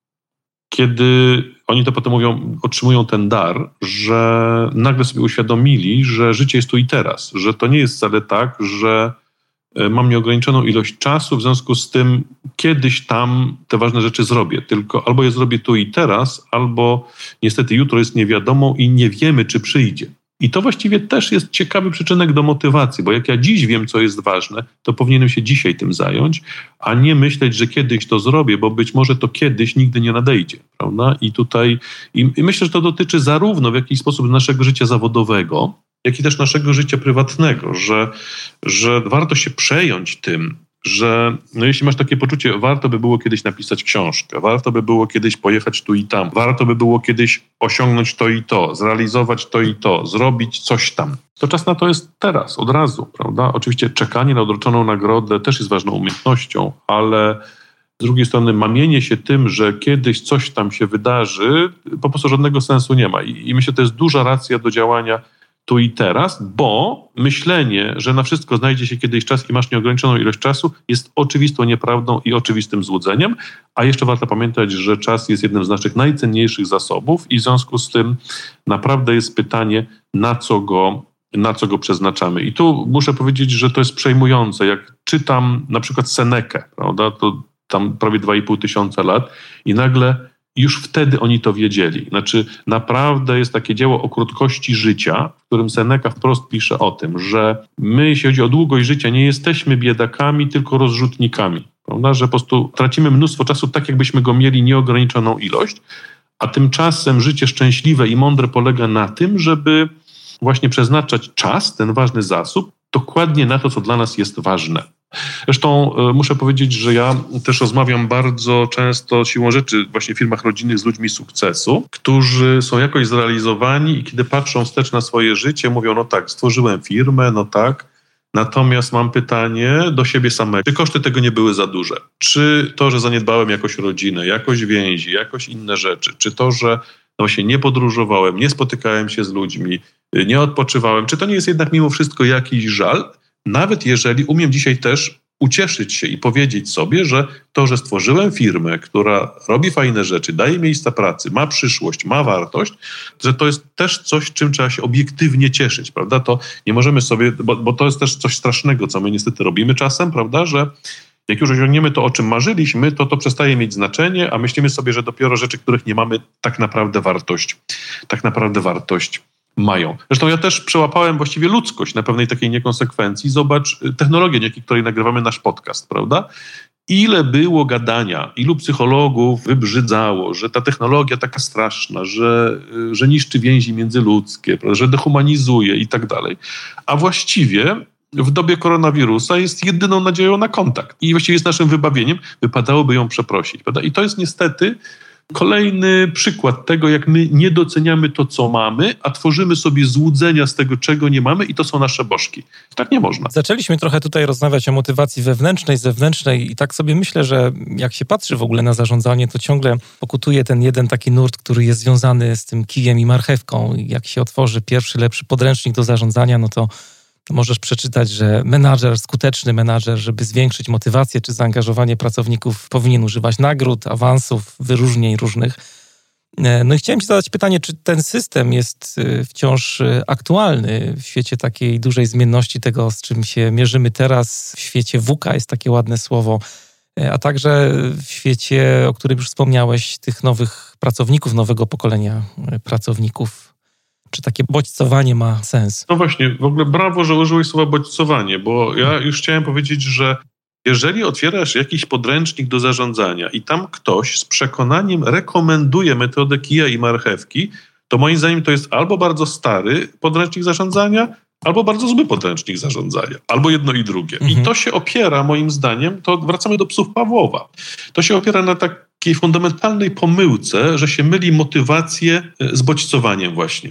kiedy oni to potem mówią, otrzymują ten dar, że nagle sobie uświadomili, że życie jest tu i teraz, że to nie jest wcale tak, że mam nieograniczoną ilość czasu, w związku z tym kiedyś tam te ważne rzeczy zrobię, tylko albo je zrobię tu i teraz, albo niestety jutro jest niewiadomą i nie wiemy, czy przyjdzie. I to właściwie też jest ciekawy przyczynek do motywacji, bo jak ja dziś wiem, co jest ważne, to powinienem się dzisiaj tym zająć, a nie myśleć, że kiedyś to zrobię, bo być może to kiedyś nigdy nie nadejdzie, prawda? I tutaj, i, i myślę, że to dotyczy zarówno w jakiś sposób naszego życia zawodowego, jak i też naszego życia prywatnego, że, że warto się przejąć tym, że no jeśli masz takie poczucie, warto by było kiedyś napisać książkę, warto by było kiedyś pojechać tu i tam, warto by było kiedyś osiągnąć to i to, zrealizować to i to, zrobić coś tam. To czas na to jest teraz, od razu, prawda? Oczywiście czekanie na odroczoną nagrodę też jest ważną umiejętnością, ale z drugiej strony mamienie się tym, że kiedyś coś tam się wydarzy, po prostu żadnego sensu nie ma. I, i myślę, że to jest duża racja do działania tu i teraz, bo myślenie, że na wszystko znajdzie się kiedyś czas i masz nieograniczoną ilość czasu, jest oczywistą nieprawdą i oczywistym złudzeniem, a jeszcze warto pamiętać, że czas jest jednym z naszych najcenniejszych zasobów i w związku z tym naprawdę jest pytanie, na co go, na co go przeznaczamy. I tu muszę powiedzieć, że to jest przejmujące. Jak czytam na przykład Senekę, prawda, to tam prawie dwa i pół tysiąca lat i nagle już wtedy oni to wiedzieli. Znaczy naprawdę jest takie dzieło o krótkości życia, w którym Seneca wprost pisze o tym, że my, jeśli chodzi o długość życia, nie jesteśmy biedakami, tylko rozrzutnikami. Prawda? Że po prostu tracimy mnóstwo czasu tak, jakbyśmy go mieli nieograniczoną ilość, a tymczasem życie szczęśliwe i mądre polega na tym, żeby właśnie przeznaczać czas, ten ważny zasób, dokładnie na to, co dla nas jest ważne. Zresztą y, muszę powiedzieć, że ja też rozmawiam bardzo często siłą rzeczy właśnie w firmach rodzinnych z ludźmi sukcesu, którzy są jakoś zrealizowani i kiedy patrzą wstecz na swoje życie, mówią, no tak, stworzyłem firmę, no tak, natomiast mam pytanie do siebie samego. Czy koszty tego nie były za duże? Czy to, że zaniedbałem jakoś rodzinę, jakoś więzi, jakoś inne rzeczy? Czy to, że no właśnie nie podróżowałem, nie spotykałem się z ludźmi, nie odpoczywałem? Czy to nie jest jednak mimo wszystko jakiś żal? Nawet jeżeli umiem dzisiaj też ucieszyć się i powiedzieć sobie, że to, że stworzyłem firmę, która robi fajne rzeczy, daje miejsca pracy, ma przyszłość, ma wartość, że to jest też coś, czym trzeba się obiektywnie cieszyć, prawda? To nie możemy sobie, bo, bo to jest też coś strasznego, co my niestety robimy czasem, prawda? Że jak już osiągniemy to, o czym marzyliśmy, to to przestaje mieć znaczenie, a myślimy sobie, że dopiero rzeczy, których nie mamy, tak naprawdę wartość, tak naprawdę wartość mają. Zresztą ja też przełapałem właściwie ludzkość na pewnej takiej niekonsekwencji. Zobacz technologię, dzięki której nagrywamy nasz podcast, prawda? Ile było gadania, ilu psychologów wybrzydzało, że ta technologia taka straszna, że, że niszczy więzi międzyludzkie, prawda? Że dehumanizuje i tak dalej. A właściwie w dobie koronawirusa jest jedyną nadzieją na kontakt. I właściwie jest naszym wybawieniem. Wypadałoby ją przeprosić, prawda? I to jest niestety kolejny przykład tego, jak my nie doceniamy to, co mamy, a tworzymy sobie złudzenia z tego, czego nie mamy i to są nasze bożki. Tak nie można. Zaczęliśmy trochę tutaj rozmawiać o motywacji wewnętrznej, zewnętrznej i tak sobie myślę, że jak się patrzy w ogóle na zarządzanie, to ciągle pokutuje ten jeden taki nurt, który jest związany z tym kijem i marchewką. Jak się otworzy pierwszy, lepszy podręcznik do zarządzania, no to możesz przeczytać, że menadżer, skuteczny menadżer, żeby zwiększyć motywację czy zaangażowanie pracowników, powinien używać nagród, awansów, wyróżnień różnych. No i chciałem ci zadać pytanie, czy ten system jest wciąż aktualny w świecie takiej dużej zmienności tego, z czym się mierzymy teraz, w świecie wuka jest takie ładne słowo, a także w świecie, o którym już wspomniałeś, tych nowych pracowników, nowego pokolenia pracowników. Czy takie bodźcowanie ma sens? No właśnie, w ogóle brawo, że użyłeś słowa bodźcowanie, bo ja już chciałem powiedzieć, że jeżeli otwierasz jakiś podręcznik do zarządzania i tam ktoś z przekonaniem rekomenduje metodę kija i marchewki, to moim zdaniem to jest albo bardzo stary podręcznik zarządzania, albo bardzo zły podręcznik zarządzania, albo jedno i drugie. Mhm. I to się opiera, moim zdaniem, to wracamy do psów Pawłowa, to się opiera na takiej fundamentalnej pomyłce, że się myli motywację z bodźcowaniem właśnie.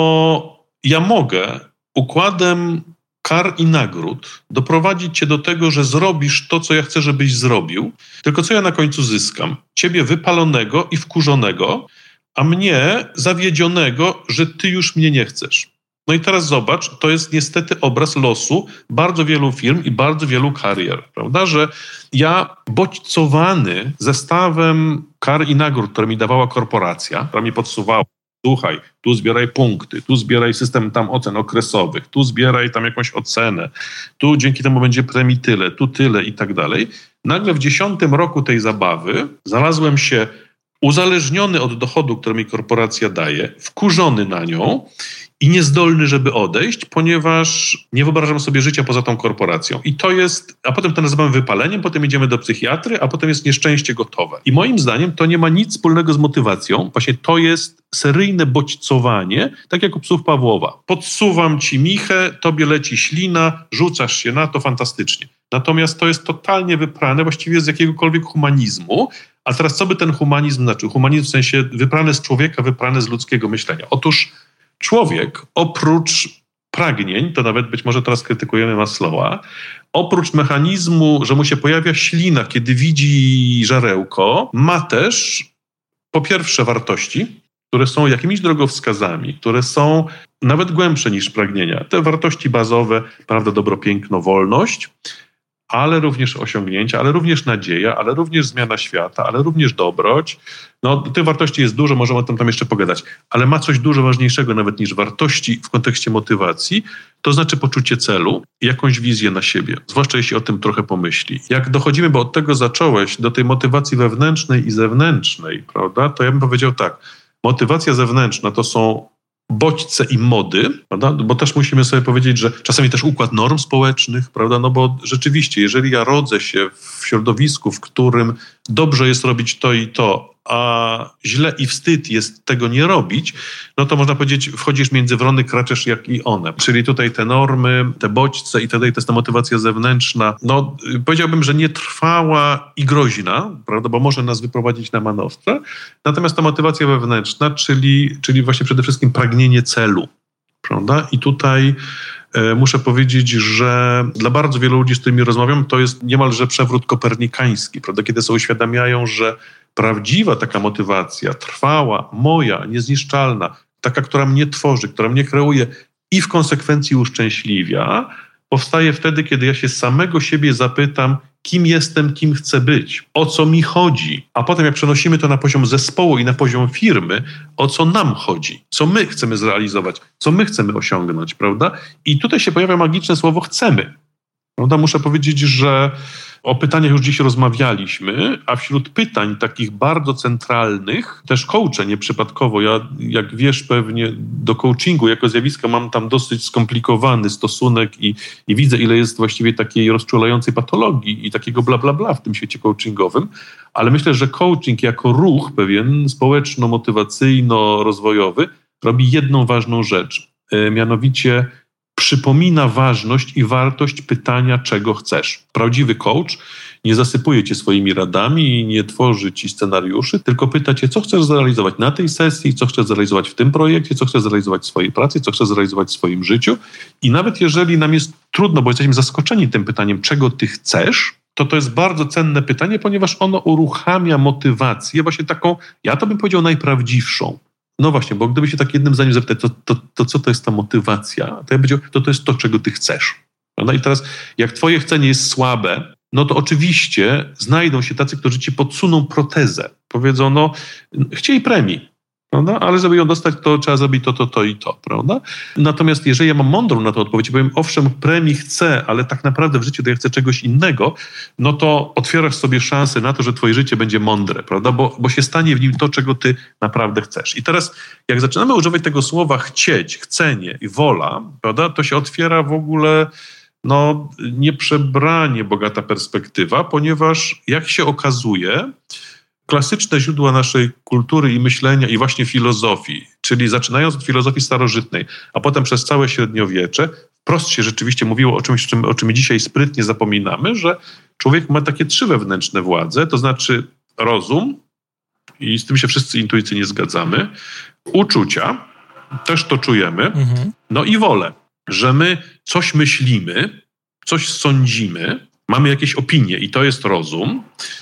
Bo ja mogę układem kar i nagród doprowadzić cię do tego, że zrobisz to, co ja chcę, żebyś zrobił, tylko co ja na końcu zyskam? Ciebie wypalonego i wkurzonego, a mnie zawiedzionego, że ty już mnie nie chcesz. No i teraz zobacz, to jest niestety obraz losu bardzo wielu firm i bardzo wielu karier, prawda, że ja bodźcowany zestawem kar i nagród, które mi dawała korporacja, która mi podsuwała, słuchaj, tu zbieraj punkty, tu zbieraj system tam ocen okresowych, tu zbieraj tam jakąś ocenę, tu dzięki temu będzie premii tyle, tu tyle i tak dalej. Nagle w dziesiątym roku tej zabawy znalazłem się uzależniony od dochodu, który mi korporacja daje, wkurzony na nią i niezdolny, żeby odejść, ponieważ nie wyobrażam sobie życia poza tą korporacją. I to jest, a potem to nazywamy wypaleniem, potem idziemy do psychiatry, a potem jest nieszczęście gotowe. I moim zdaniem to nie ma nic wspólnego z motywacją. Właśnie to jest seryjne bodźcowanie, tak jak u psów Pawłowa. Podsuwam ci michę, tobie leci ślina, rzucasz się na to, fantastycznie. Natomiast to jest totalnie wyprane właściwie z jakiegokolwiek humanizmu. A teraz co by ten humanizm znaczył? Humanizm w sensie wyprany z człowieka, wyprany z ludzkiego myślenia. Otóż człowiek oprócz pragnień, to nawet być może teraz krytykujemy Maslowa, oprócz mechanizmu, że mu się pojawia ślina, kiedy widzi żarełko, ma też po pierwsze wartości, które są jakimiś drogowskazami, które są nawet głębsze niż pragnienia. Te wartości bazowe, prawda, dobro, piękno, wolność, ale również osiągnięcia, ale również nadzieja, ale również zmiana świata, ale również dobroć. No, tych wartości jest dużo, możemy o tym tam jeszcze pogadać, ale ma coś dużo ważniejszego nawet niż wartości w kontekście motywacji, to znaczy poczucie celu i jakąś wizję na siebie, zwłaszcza jeśli o tym trochę pomyśli. Jak dochodzimy, bo od tego zacząłeś, do tej motywacji wewnętrznej i zewnętrznej, prawda, to ja bym powiedział tak, motywacja zewnętrzna to są bodźce i mody, prawda? Bo też musimy sobie powiedzieć, że czasami też układ norm społecznych, prawda? No bo rzeczywiście, jeżeli ja rodzę się w środowisku, w którym dobrze jest robić to i to, a źle i wstyd jest tego nie robić, no to można powiedzieć, wchodzisz między wrony, kraczesz jak i one. Czyli tutaj te normy, te bodźce i wtedy to jest ta motywacja zewnętrzna, no powiedziałbym, że nietrwała i groźna, prawda, bo może nas wyprowadzić na manowce. Natomiast ta motywacja wewnętrzna, czyli, czyli właśnie przede wszystkim pragnienie celu, prawda? I tutaj e, muszę powiedzieć, że dla bardzo wielu ludzi, z którymi rozmawiam, to jest niemalże przewrót kopernikański, prawda? Kiedy sobie uświadamiają, że prawdziwa taka motywacja, trwała, moja, niezniszczalna, taka, która mnie tworzy, która mnie kreuje i w konsekwencji uszczęśliwia, powstaje wtedy, kiedy ja się samego siebie zapytam, kim jestem, kim chcę być, o co mi chodzi. A potem jak przenosimy to na poziom zespołu i na poziom firmy, o co nam chodzi, co my chcemy zrealizować, co my chcemy osiągnąć, prawda? I tutaj się pojawia magiczne słowo chcemy. Prawda? Muszę powiedzieć, że o pytaniach już dziś rozmawialiśmy, a wśród pytań takich bardzo centralnych, też coache nieprzypadkowo, ja jak wiesz pewnie do coachingu jako zjawiska mam tam dosyć skomplikowany stosunek i, i widzę, ile jest właściwie takiej rozczulającej patologii i takiego bla bla bla w tym świecie coachingowym, ale myślę, że coaching jako ruch pewien społeczno-motywacyjno-rozwojowy robi jedną ważną rzecz, mianowicie przypomina ważność i wartość pytania, czego chcesz. Prawdziwy coach nie zasypuje cię swoimi radami i nie tworzy ci scenariuszy, tylko pyta cię, co chcesz zrealizować na tej sesji, co chcesz zrealizować w tym projekcie, co chcesz zrealizować w swojej pracy, co chcesz zrealizować w swoim życiu. I nawet jeżeli nam jest trudno, bo jesteśmy zaskoczeni tym pytaniem, czego ty chcesz, to to jest bardzo cenne pytanie, ponieważ ono uruchamia motywację, właśnie taką, ja to bym powiedział, najprawdziwszą. No właśnie, bo gdyby się tak jednym zdaniem zapytać, to, to, to co to jest ta motywacja, to ja powiedział, to to jest to, czego ty chcesz. Prawda? I teraz, jak twoje chcenie jest słabe, no to oczywiście znajdą się tacy, którzy ci podsuną protezę. Powiedzą, no, chcieli premii, prawda? Ale żeby ją dostać, to trzeba zrobić to, to, to i to, prawda? Natomiast jeżeli ja mam mądrą na to odpowiedź, powiem, owszem, premii chcę, ale tak naprawdę w życiu to ja chcę czegoś innego, no to otwierasz sobie szansę na to, że twoje życie będzie mądre, prawda? Bo, bo się stanie w nim to, czego ty naprawdę chcesz. I teraz, jak zaczynamy używać tego słowa chcieć, chcenie i wola, prawda, to się otwiera w ogóle no, nieprzebranie bogata perspektywa, ponieważ jak się okazuje, klasyczne źródła naszej kultury i myślenia i właśnie filozofii, czyli zaczynając od filozofii starożytnej, a potem przez całe średniowiecze, wprost się rzeczywiście mówiło o czymś, o czym dzisiaj sprytnie zapominamy, że człowiek ma takie trzy wewnętrzne władze, to znaczy rozum, i z tym się wszyscy intuicyjnie zgadzamy, uczucia, też to czujemy, mhm. no i wolę, że my coś myślimy, coś sądzimy, mamy jakieś opinie i to jest rozum,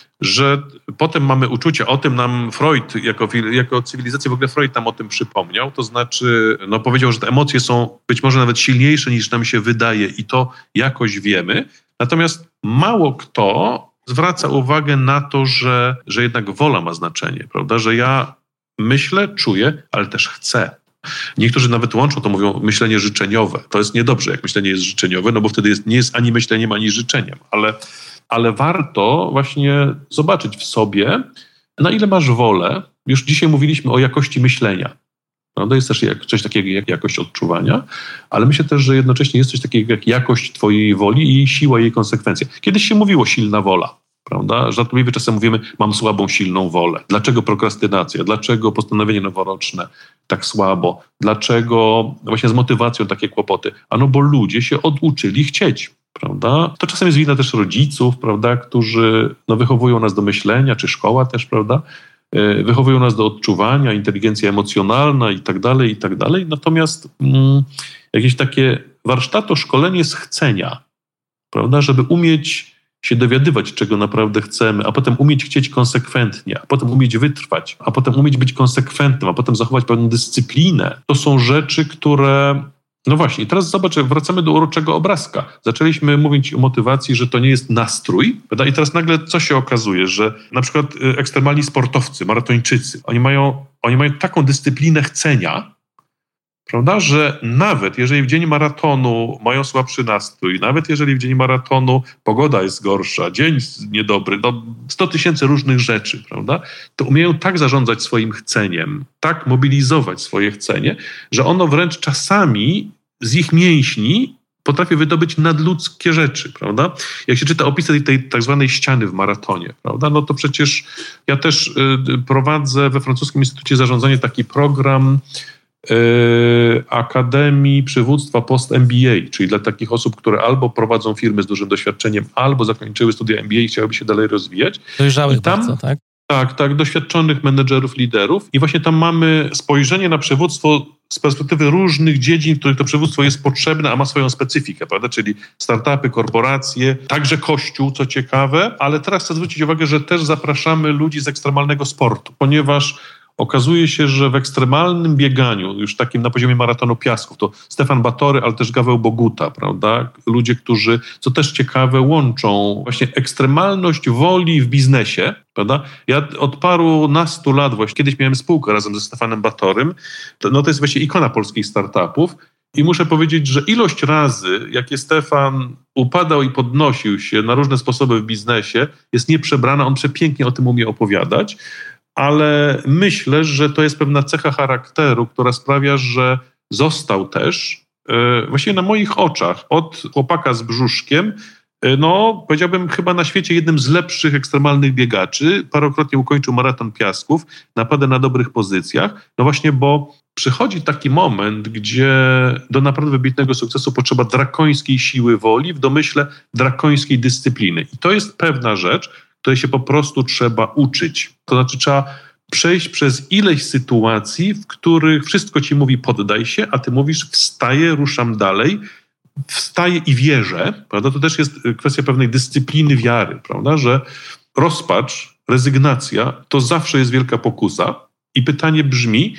że potem mamy uczucia, o tym nam Freud, jako, jako cywilizacja, w ogóle Freud nam o tym przypomniał, to znaczy no, powiedział, że te emocje są być może nawet silniejsze niż nam się wydaje i to jakoś wiemy, natomiast mało kto zwraca uwagę na to, że, że jednak wola ma znaczenie, prawda, że ja myślę, czuję, ale też chcę. Niektórzy nawet łączą to, mówią myślenie życzeniowe. To jest niedobrze, jak myślenie jest życzeniowe, no bo wtedy jest, nie jest ani myśleniem, ani życzeniem, ale ale warto właśnie zobaczyć w sobie, na ile masz wolę. Już dzisiaj mówiliśmy o jakości myślenia. No, to jest też coś takiego jak jakość odczuwania, ale myślę też, że jednocześnie jest coś takiego jak jakość twojej woli i siła jej konsekwencja. Kiedyś się mówiło silna wola, prawda? Żartobliwie czasem mówimy, mam słabą, silną wolę. Dlaczego prokrastynacja? Dlaczego postanowienie noworoczne tak słabo? Dlaczego właśnie z motywacją takie kłopoty? Ano bo ludzie się oduczyli chcieć. Prawda? To czasem jest wina też rodziców, prawda, którzy no, wychowują nas do myślenia, czy szkoła też, prawda, yy, wychowują nas do odczuwania, inteligencja emocjonalna i tak dalej, i tak dalej. Natomiast mm, jakieś takie warsztaty, szkolenie z chcenia, prawda, żeby umieć się dowiadywać, czego naprawdę chcemy, a potem umieć chcieć konsekwentnie, a potem umieć wytrwać, a potem umieć być konsekwentnym, a potem zachować pewną dyscyplinę. To są rzeczy, które... No właśnie, teraz zobacz, wracamy do uroczego obrazka. Zaczęliśmy mówić o motywacji, że to nie jest nastrój, prawda? I teraz nagle co się okazuje, że na przykład ekstremalni sportowcy, maratończycy, oni mają, oni mają taką dyscyplinę chcenia, prawda, że nawet jeżeli w dzień maratonu mają słabszy nastrój, nawet jeżeli w dzień maratonu pogoda jest gorsza, dzień niedobry, no sto tysięcy różnych rzeczy, prawda, to umieją tak zarządzać swoim chceniem, tak mobilizować swoje chcenie, że ono wręcz czasami z ich mięśni potrafi wydobyć nadludzkie rzeczy, prawda? Jak się czyta opisy tej, tej tak zwanej ściany w maratonie, prawda? No to przecież ja też y, prowadzę we Francuskim Instytucie Zarządzania taki program Akademii Przywództwa Post-M B A, czyli dla takich osób, które albo prowadzą firmy z dużym doświadczeniem, albo zakończyły studia M B A i chciałyby się dalej rozwijać. Dojrzałych tam, bardzo, tak? Tak, tak, doświadczonych menedżerów, liderów. I właśnie tam mamy spojrzenie na przywództwo z perspektywy różnych dziedzin, w których to przywództwo jest potrzebne, a ma swoją specyfikę, prawda? Czyli startupy, korporacje, także Kościół, co ciekawe, ale teraz chcę zwrócić uwagę, że też zapraszamy ludzi z ekstremalnego sportu, ponieważ okazuje się, że w ekstremalnym bieganiu, już takim na poziomie maratonu piasków, to Stefan Batory, ale też Gaweł Boguta, prawda? Ludzie, którzy, co też ciekawe, łączą właśnie ekstremalność woli w biznesie, prawda? Ja od paru nastu lat właśnie, kiedyś miałem spółkę razem ze Stefanem Batorym, to, no to jest właśnie ikona polskich startupów i muszę powiedzieć, że ilość razy, jakie Stefan upadał i podnosił się na różne sposoby w biznesie, jest nieprzebrana, on przepięknie o tym umie opowiadać, ale myślę, że to jest pewna cecha charakteru, która sprawia, że został też yy, właściwie na moich oczach od chłopaka z brzuszkiem, yy, no powiedziałbym chyba na świecie jednym z lepszych ekstremalnych biegaczy. Parokrotnie ukończył maraton piasków, naprawdę na dobrych pozycjach. No właśnie, bo przychodzi taki moment, gdzie do naprawdę wybitnego sukcesu potrzeba drakońskiej siły woli, w domyśle drakońskiej dyscypliny. I to jest pewna rzecz, której się po prostu trzeba uczyć. To znaczy trzeba przejść przez ileś sytuacji, w których wszystko ci mówi poddaj się, a ty mówisz wstaję, ruszam dalej, wstaję i wierzę. Prawda? To też jest kwestia pewnej dyscypliny wiary, prawda? Że rozpacz, rezygnacja to zawsze jest wielka pokusa i pytanie brzmi,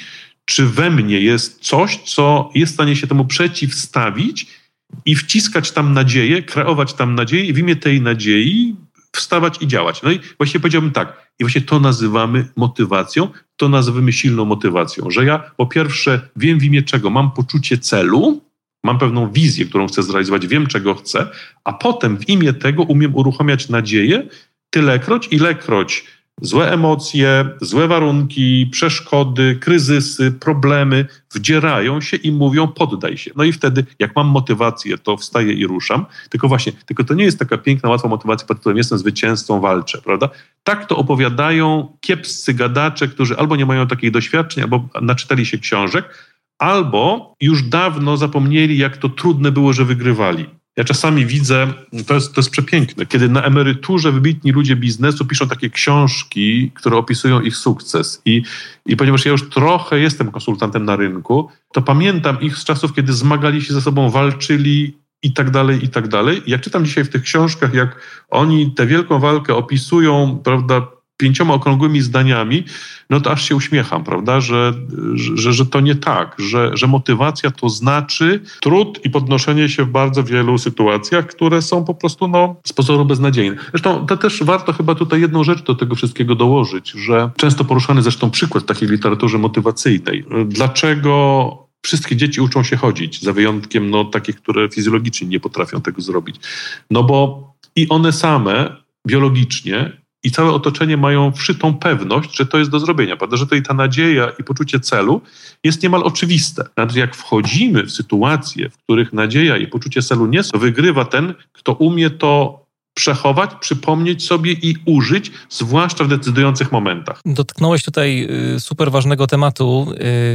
czy we mnie jest coś, co jest w stanie się temu przeciwstawić i wciskać tam nadzieję, kreować tam nadzieję i w imię tej nadziei wstawać i działać. No i właśnie powiedziałbym tak, i właśnie to nazywamy motywacją, to nazywamy silną motywacją, że ja po pierwsze wiem w imię czego, mam poczucie celu, mam pewną wizję, którą chcę zrealizować, wiem czego chcę, a potem w imię tego umiem uruchamiać nadzieję tylekroć, ilekroć złe emocje, złe warunki, przeszkody, kryzysy, problemy wdzierają się i mówią poddaj się. No i wtedy jak mam motywację, to wstaję i ruszam. Tylko właśnie, tylko to nie jest taka piękna, łatwa motywacja, pod którą jestem zwycięzcą, walczę, prawda? Tak to opowiadają kiepscy gadacze, którzy albo nie mają takich doświadczeń, albo naczytali się książek, albo już dawno zapomnieli, jak to trudne było, że wygrywali. Ja czasami widzę, to jest, to jest przepiękne, kiedy na emeryturze wybitni ludzie biznesu piszą takie książki, które opisują ich sukces. I, i ponieważ ja już trochę jestem konsultantem na rynku, to pamiętam ich z czasów, kiedy zmagali się ze sobą, walczyli i tak dalej, i tak dalej. I jak czytam dzisiaj w tych książkach, jak oni tę wielką walkę opisują, prawda, pięcioma okrągłymi zdaniami, no to aż się uśmiecham, prawda, że, że, że to nie tak, że, że motywacja to znaczy trud i podnoszenie się w bardzo wielu sytuacjach, które są po prostu no, z pozoru beznadziejne. Zresztą to też warto chyba tutaj jedną rzecz do tego wszystkiego dołożyć, że często poruszany zresztą przykład w takiej literaturze motywacyjnej. Dlaczego wszystkie dzieci uczą się chodzić, za wyjątkiem no, takich, które fizjologicznie nie potrafią tego zrobić? No bo i one same biologicznie i całe otoczenie mają wszytą pewność, że to jest do zrobienia, prawda? Że tutaj ta nadzieja i poczucie celu jest niemal oczywiste. Natomiast jak wchodzimy w sytuacje, w których nadzieja i poczucie celu nie są, wygrywa ten, kto umie to przechować, przypomnieć sobie i użyć, zwłaszcza w decydujących momentach. Dotknąłeś tutaj super ważnego tematu,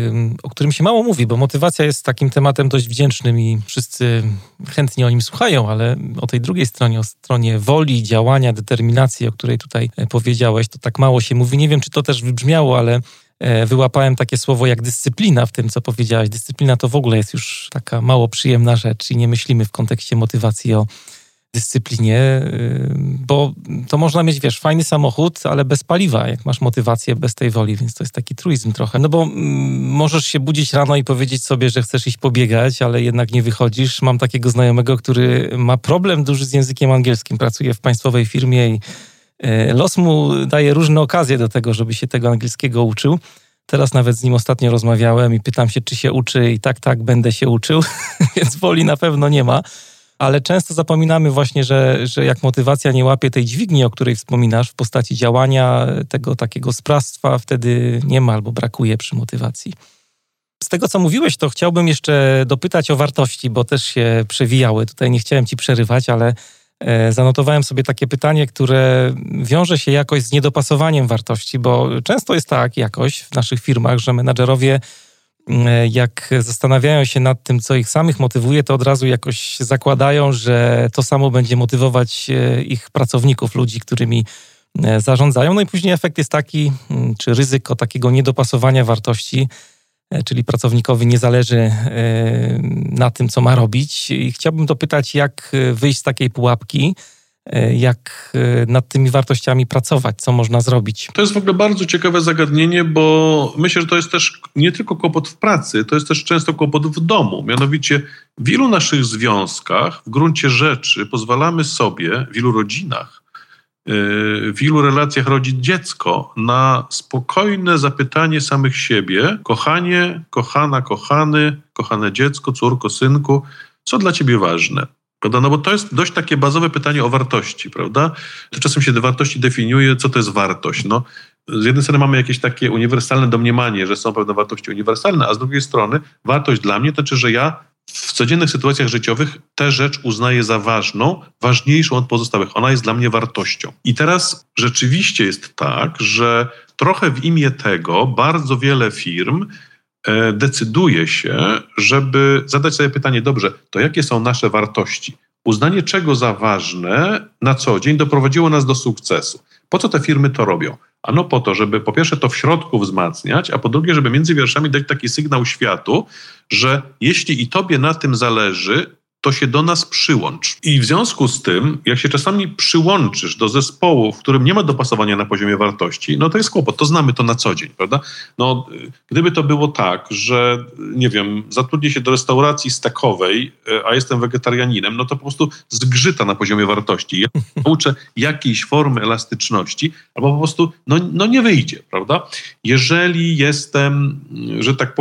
o którym się mało mówi, bo motywacja jest takim tematem dość wdzięcznym i wszyscy chętnie o nim słuchają, ale o tej drugiej stronie, o stronie woli, działania, determinacji, o której tutaj powiedziałeś, to tak mało się mówi. Nie wiem, czy to też wybrzmiało, ale wyłapałem takie słowo jak dyscyplina w tym, co powiedziałeś. Dyscyplina to w ogóle jest już taka mało przyjemna rzecz i nie myślimy w kontekście motywacji o dyscyplinie, bo to można mieć, wiesz, fajny samochód, ale bez paliwa, jak masz motywację bez tej woli, więc to jest taki truizm trochę. No bo mm, możesz się budzić rano i powiedzieć sobie, że chcesz iść pobiegać, ale jednak nie wychodzisz. Mam takiego znajomego, który ma problem duży z językiem angielskim, pracuje w państwowej firmie i e, los mu daje różne okazje do tego, żeby się tego angielskiego uczył. Teraz nawet z nim ostatnio rozmawiałem i pytam się, czy się uczy i tak, tak, będę się uczył, więc woli na pewno nie ma. Ale często zapominamy właśnie, że, że jak motywacja nie łapie tej dźwigni, o której wspominasz, w postaci działania, tego takiego sprawstwa, wtedy nie ma albo brakuje przy motywacji. Z tego, co mówiłeś, to chciałbym jeszcze dopytać o wartości, bo też się przewijały. Tutaj nie chciałem ci przerywać, ale e, zanotowałem sobie takie pytanie, które wiąże się jakoś z niedopasowaniem wartości, bo często jest tak jakoś w naszych firmach, że menadżerowie jak zastanawiają się nad tym, co ich samych motywuje, to od razu jakoś zakładają, że to samo będzie motywować ich pracowników, ludzi, którymi zarządzają. No i później efekt jest taki, czy ryzyko takiego niedopasowania wartości, czyli pracownikowi nie zależy na tym, co ma robić. I chciałbym dopytać, jak wyjść z takiej pułapki, jak nad tymi wartościami pracować, co można zrobić. To jest w ogóle bardzo ciekawe zagadnienie, bo myślę, że to jest też nie tylko kłopot w pracy, to jest też często kłopot w domu. Mianowicie w wielu naszych związkach w gruncie rzeczy pozwalamy sobie, w wielu rodzinach, w wielu relacjach rodzic-dziecko na spokojne zapytanie samych siebie: kochanie, kochana, kochany, kochane dziecko, córko, synku, co dla ciebie ważne? Prawda? No bo to jest dość takie bazowe pytanie o wartości, prawda? To czasem się te wartości definiuje, co to jest wartość. No, z jednej strony mamy jakieś takie uniwersalne domniemanie, że są pewne wartości uniwersalne, a z drugiej strony wartość dla mnie to znaczy, że ja w codziennych sytuacjach życiowych tę rzecz uznaję za ważną, ważniejszą od pozostałych. Ona jest dla mnie wartością. I teraz rzeczywiście jest tak, że trochę w imię tego bardzo wiele firm decyduje się, żeby zadać sobie pytanie: dobrze, to jakie są nasze wartości? Uznanie czego za ważne na co dzień doprowadziło nas do sukcesu. Po co te firmy to robią? Ano po to, żeby po pierwsze to w środku wzmacniać, a po drugie, żeby między wierszami dać taki sygnał światu, że jeśli i tobie na tym zależy, to się do nas przyłącz. I w związku z tym, jak się czasami przyłączysz do zespołu, w którym nie ma dopasowania na poziomie wartości, no to jest kłopot, to znamy to na co dzień, prawda? No, gdyby to było tak, że, nie wiem, zatrudnię się do restauracji steakowej, a jestem wegetarianinem, no to po prostu zgrzyta na poziomie wartości. Ja uczę jakiejś formy elastyczności, albo po prostu, no, no nie wyjdzie, prawda? Jeżeli jestem, że tak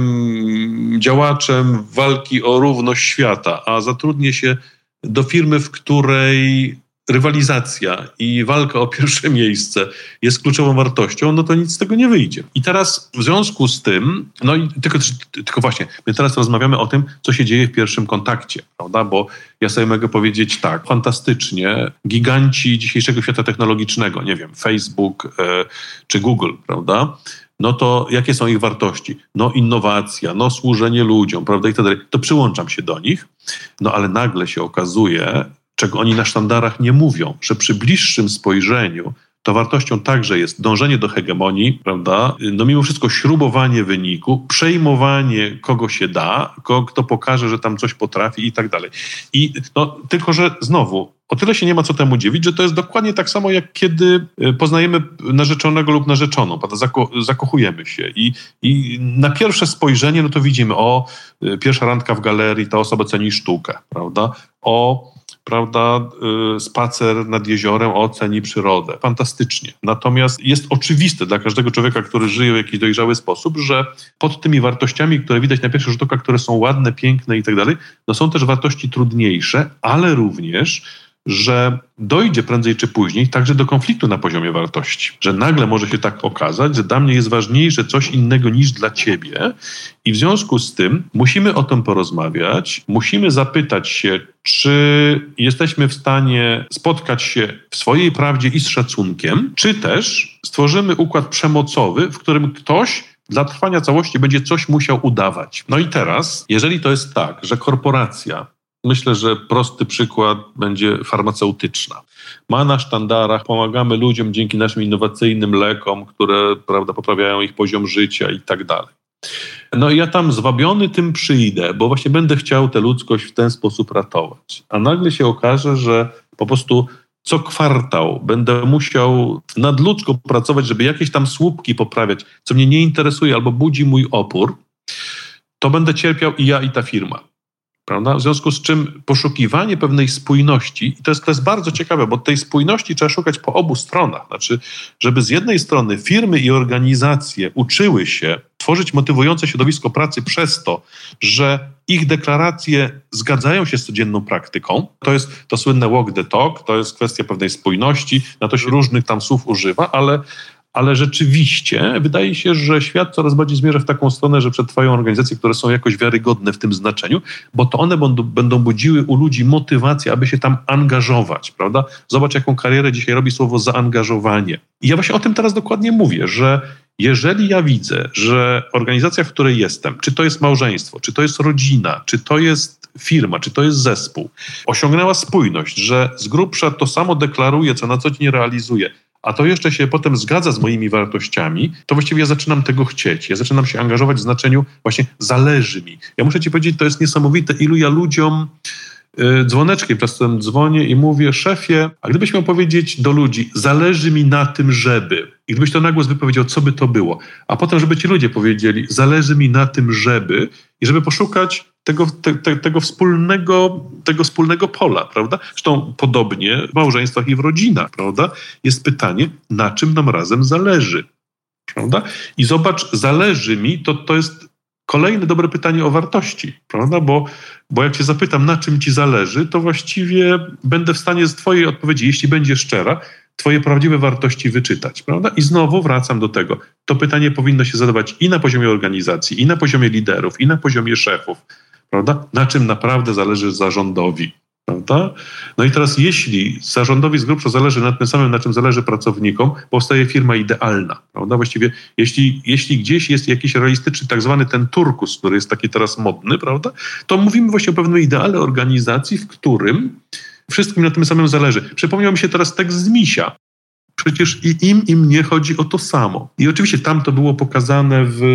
powiem, działaczem walki o równość świata, a zatrudnię się do firmy, w której rywalizacja i walka o pierwsze miejsce jest kluczową wartością, no to nic z tego nie wyjdzie. I teraz w związku z tym, no i tylko, tylko właśnie, my teraz rozmawiamy o tym, co się dzieje w pierwszym kontakcie, prawda? Bo ja sobie mogę powiedzieć tak, fantastycznie, giganci dzisiejszego świata technologicznego, nie wiem, Facebook e, czy Google, prawda? No to jakie są ich wartości? No innowacja, no służenie ludziom, prawda, i tak dalej. To przyłączam się do nich, no ale nagle się okazuje, czego oni na sztandarach nie mówią, że przy bliższym spojrzeniu to wartością także jest dążenie do hegemonii, prawda? No mimo wszystko śrubowanie wyniku, przejmowanie kogo się da, kogo, kto pokaże, że tam coś potrafi i tak dalej. I no, tylko, że znowu, o tyle się nie ma co temu dziwić, że to jest dokładnie tak samo, jak kiedy poznajemy narzeczonego lub narzeczoną, prawda? Zako- zakochujemy się i, i na pierwsze spojrzenie, no to widzimy, o, pierwsza randka w galerii, ta osoba ceni sztukę, prawda? O, prawda, spacer nad jeziorem, oceni przyrodę. Fantastycznie. Natomiast jest oczywiste dla każdego człowieka, który żyje w jakiś dojrzały sposób, że pod tymi wartościami, które widać na pierwszy rzut oka, które są ładne, piękne i tak dalej, no są też wartości trudniejsze, ale również, że dojdzie prędzej czy później także do konfliktu na poziomie wartości. Że nagle może się tak okazać, że dla mnie jest ważniejsze coś innego niż dla ciebie i w związku z tym musimy o tym porozmawiać, musimy zapytać się, czy jesteśmy w stanie spotkać się w swojej prawdzie i z szacunkiem, czy też stworzymy układ przemocowy, w którym ktoś dla trwania całości będzie coś musiał udawać. No i teraz, jeżeli to jest tak, że korporacja, myślę, że prosty przykład będzie farmaceutyczna. Ma na sztandarach, pomagamy ludziom dzięki naszym innowacyjnym lekom, które, prawda, poprawiają ich poziom życia i tak dalej. No i ja tam zwabiony tym przyjdę, bo właśnie będę chciał tę ludzkość w ten sposób ratować. A nagle się okaże, że po prostu co kwartał będę musiał nadludzko pracować, żeby jakieś tam słupki poprawiać, co mnie nie interesuje albo budzi mój opór, to będę cierpiał i ja, i ta firma. Prawda? W związku z czym poszukiwanie pewnej spójności, i to jest, to jest bardzo ciekawe, bo tej spójności trzeba szukać po obu stronach. Znaczy, żeby z jednej strony firmy i organizacje uczyły się tworzyć motywujące środowisko pracy przez to, że ich deklaracje zgadzają się z codzienną praktyką. To jest to słynne walk the talk, to jest kwestia pewnej spójności, na to się różnych tam słów używa, ale Ale rzeczywiście wydaje się, że świat coraz bardziej zmierza w taką stronę, że przetrwają organizacje, które są jakoś wiarygodne w tym znaczeniu, bo to one będą, będą budziły u ludzi motywację, aby się tam angażować, prawda? Zobacz, jaką karierę dzisiaj robi słowo zaangażowanie. I ja właśnie o tym teraz dokładnie mówię, że jeżeli ja widzę, że organizacja, w której jestem, czy to jest małżeństwo, czy to jest rodzina, czy to jest firma, czy to jest zespół, osiągnęła spójność, że z grubsza to samo deklaruje, co na co dzień realizuje, a to jeszcze się potem zgadza z moimi wartościami, to właściwie ja zaczynam tego chcieć. Ja zaczynam się angażować w znaczeniu właśnie zależy mi. Ja muszę ci powiedzieć, to jest niesamowite, ilu ja ludziom y, dzwoneczkiem czasem dzwonię i mówię, szefie, a gdybyś miał powiedzieć do ludzi, zależy mi na tym, żeby. I gdybyś to na głos wypowiedział, co by to było. A potem, żeby ci ludzie powiedzieli, zależy mi na tym, żeby. I żeby poszukać tego, te, te, tego, wspólnego, tego wspólnego pola, prawda? Zresztą podobnie w małżeństwach i w rodzinach, prawda? Jest pytanie, na czym nam razem zależy, prawda? I zobacz, zależy mi, to, to jest kolejne dobre pytanie o wartości, prawda? Bo, bo jak cię zapytam, na czym ci zależy, to właściwie będę w stanie z twojej odpowiedzi, jeśli będzie szczera, twoje prawdziwe wartości wyczytać, prawda? I znowu wracam do tego. To pytanie powinno się zadawać i na poziomie organizacji, i na poziomie liderów, i na poziomie szefów, prawda? Na czym naprawdę zależy zarządowi, prawda? No i teraz jeśli zarządowi z grubsza zależy na tym samym, na czym zależy pracownikom, powstaje firma idealna, prawda? Właściwie jeśli, jeśli gdzieś jest jakiś realistyczny tak zwany ten turkus, który jest taki teraz modny, prawda? To mówimy właśnie o pewnym ideale organizacji, w którym wszystkim na tym samym zależy. Przypomniał mi się teraz tekst z Misia. Przecież i im, i mnie chodzi o to samo. I oczywiście tam to było pokazane w